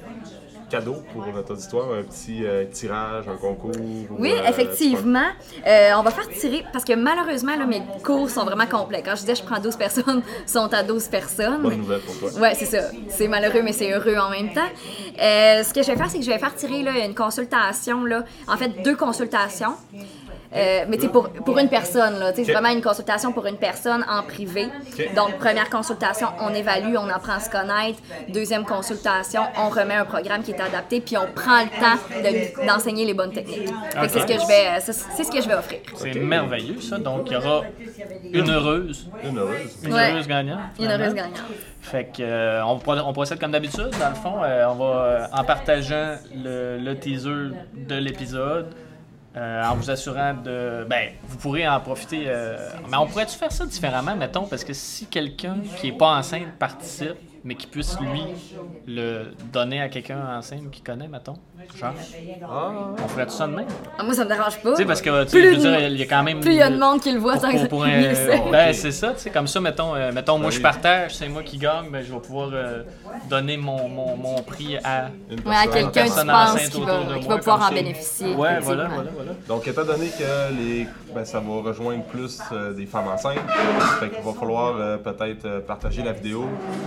cadeau pour notre auditoire, un petit euh, tirage, un concours? ou, Oui, euh, effectivement. Euh, on va faire tirer, parce que malheureusement, là, mes cours sont vraiment complets. Quand je disais je prends douze personnes, sont à douze personnes. Bonne nouvelle pour toi. Ouais, c'est ça. C'est malheureux, mais c'est heureux en même temps. Euh, ce que je vais faire, c'est que je vais faire tirer là, une consultation, là. En fait, deux consultations. Euh, mais tu sais, pour, pour une personne, là, tu sais, c'est Ok. vraiment une consultation pour une personne en privé. Ok. Donc, première consultation, on évalue, on apprend à se connaître. Deuxième consultation, on remet un programme qui est adapté, puis on prend le temps de- d'enseigner les bonnes techniques. Fait que c'est ce que je vais, c'est c'est ce que je vais offrir. c'est Ok. merveilleux, ça. Donc, il y aura une heureuse. Une heureuse. Une Ouais. heureuse gagnante. Une heureuse finalement. gagnante. Fait que euh, on, pro- on procède comme d'habitude. Dans le fond, euh, on va euh, en partageant le, le teaser de l'épisode, euh, en vous assurant de, ben, vous pourrez en profiter. euh, mais on pourrait-tu faire ça différemment, mettons, parce que si quelqu'un qui est pas enceinte participe, mais qui puisse lui le donner à quelqu'un enceinte qui connaît, mettons, genre, Ah, on ferait tout ça de même. Ah, moi, ça me dérange pas. Tu sais, parce que tu sais, Plus je veux de- dire, il y a quand même. Plus il y a de monde qui le voit, Pour, tant que pour, pour ça- un- mieux c'est. ben, c'est ça, tu sais, comme ça, mettons, euh, mettons moi je Oui. partage, c'est moi qui gagne, ben, je vais pouvoir euh, donner mon, mon, mon prix à une Ouais, à personne. quelqu'un qui personne pense enceinte qui autour va, de qui moi, va pouvoir comme en ça. bénéficier. Ouais, effectivement. voilà, voilà, voilà. Donc, étant donné que les, ben, ça va rejoindre plus euh, des femmes enceintes, fait qu'il va falloir euh, peut-être euh, partager la vidéo,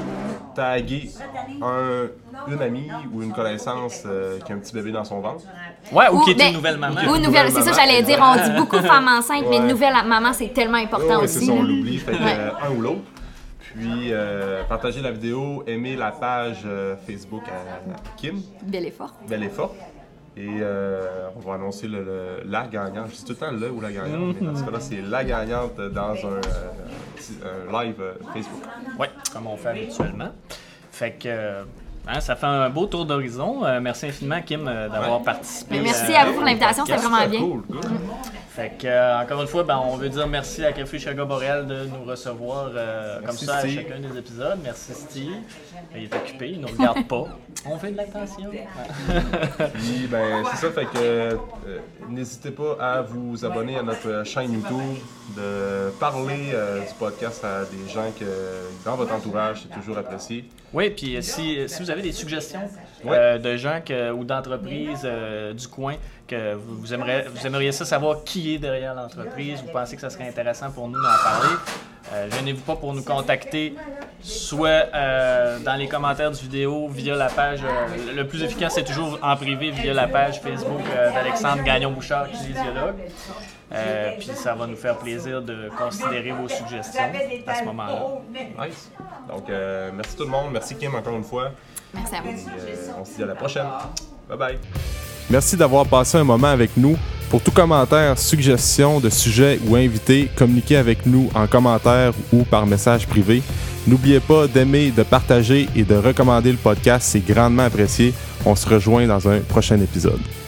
taguer un, une amie ou une connaissance euh, qui a un petit bébé dans son ventre. Ouais, ou, qui est ben, une nouvelle maman. Ou Une nouvelle, nouvelle c'est ça maman, j'allais dire. On dit beaucoup femme enceinte, mais Ouais. nouvelle maman, c'est tellement important Oui, aussi. c'est ça, on là. l'oublie. Fait que, Ouais. euh, un ou l'autre. Puis, euh, partager la vidéo, aimer la page euh, Facebook à Kim, Belle et forte. Belle et Forte. Et euh, on va annoncer le, le, la gagnante. Je dis tout le temps le ou la gagnante, mm-hmm. mais dans ce cas-là, c'est la gagnante dans un, euh, un live euh, Facebook. Oui, comme on fait habituellement. Fait que euh, hein, ça fait un beau tour d'horizon. Euh, merci infiniment, Kim, euh, d'avoir ouais. participé. Mais merci euh, à vous pour l'invitation, c'était vraiment bien. Cool, cool. Fait que, euh, encore une fois, ben, on veut dire merci à Café Chaga Boréal de nous recevoir euh, comme ça Steve. À chacun des épisodes. Merci Steve. Il est occupé, il ne nous regarde pas. On fait de l'attention. Puis, ben, c'est ça, fait que euh, n'hésitez pas à vous abonner à notre chaîne YouTube, de parler euh, du podcast à des gens que dans votre entourage, c'est toujours apprécié. Oui, puis si, si vous avez des suggestions ouais. euh, de gens que, ou d'entreprises euh, du coin, que vous, vous, aimeriez, vous aimeriez ça savoir qui est derrière l'entreprise, vous pensez que ça serait intéressant pour nous d'en parler, euh, gênez-vous pas pour nous contacter, soit euh, dans les commentaires du vidéo, via la page, euh, le plus efficace c'est toujours en privé, via la page Facebook euh, d'Alexandre Gagnon-Bouchard, kinésiologue. Euh, puis ça va nous faire plaisir de considérer vos suggestions à ce moment-là. Nice. Donc, euh, merci tout le monde. Merci Kim encore une fois. Merci à vous. Et, euh, on se dit à la prochaine. Bye bye. Merci d'avoir passé un moment avec nous. Pour tout commentaire, suggestion de sujet ou invité, communiquez avec nous en commentaire ou par message privé. N'oubliez pas d'aimer, de partager et de recommander le podcast. C'est grandement apprécié. On se rejoint dans un prochain épisode.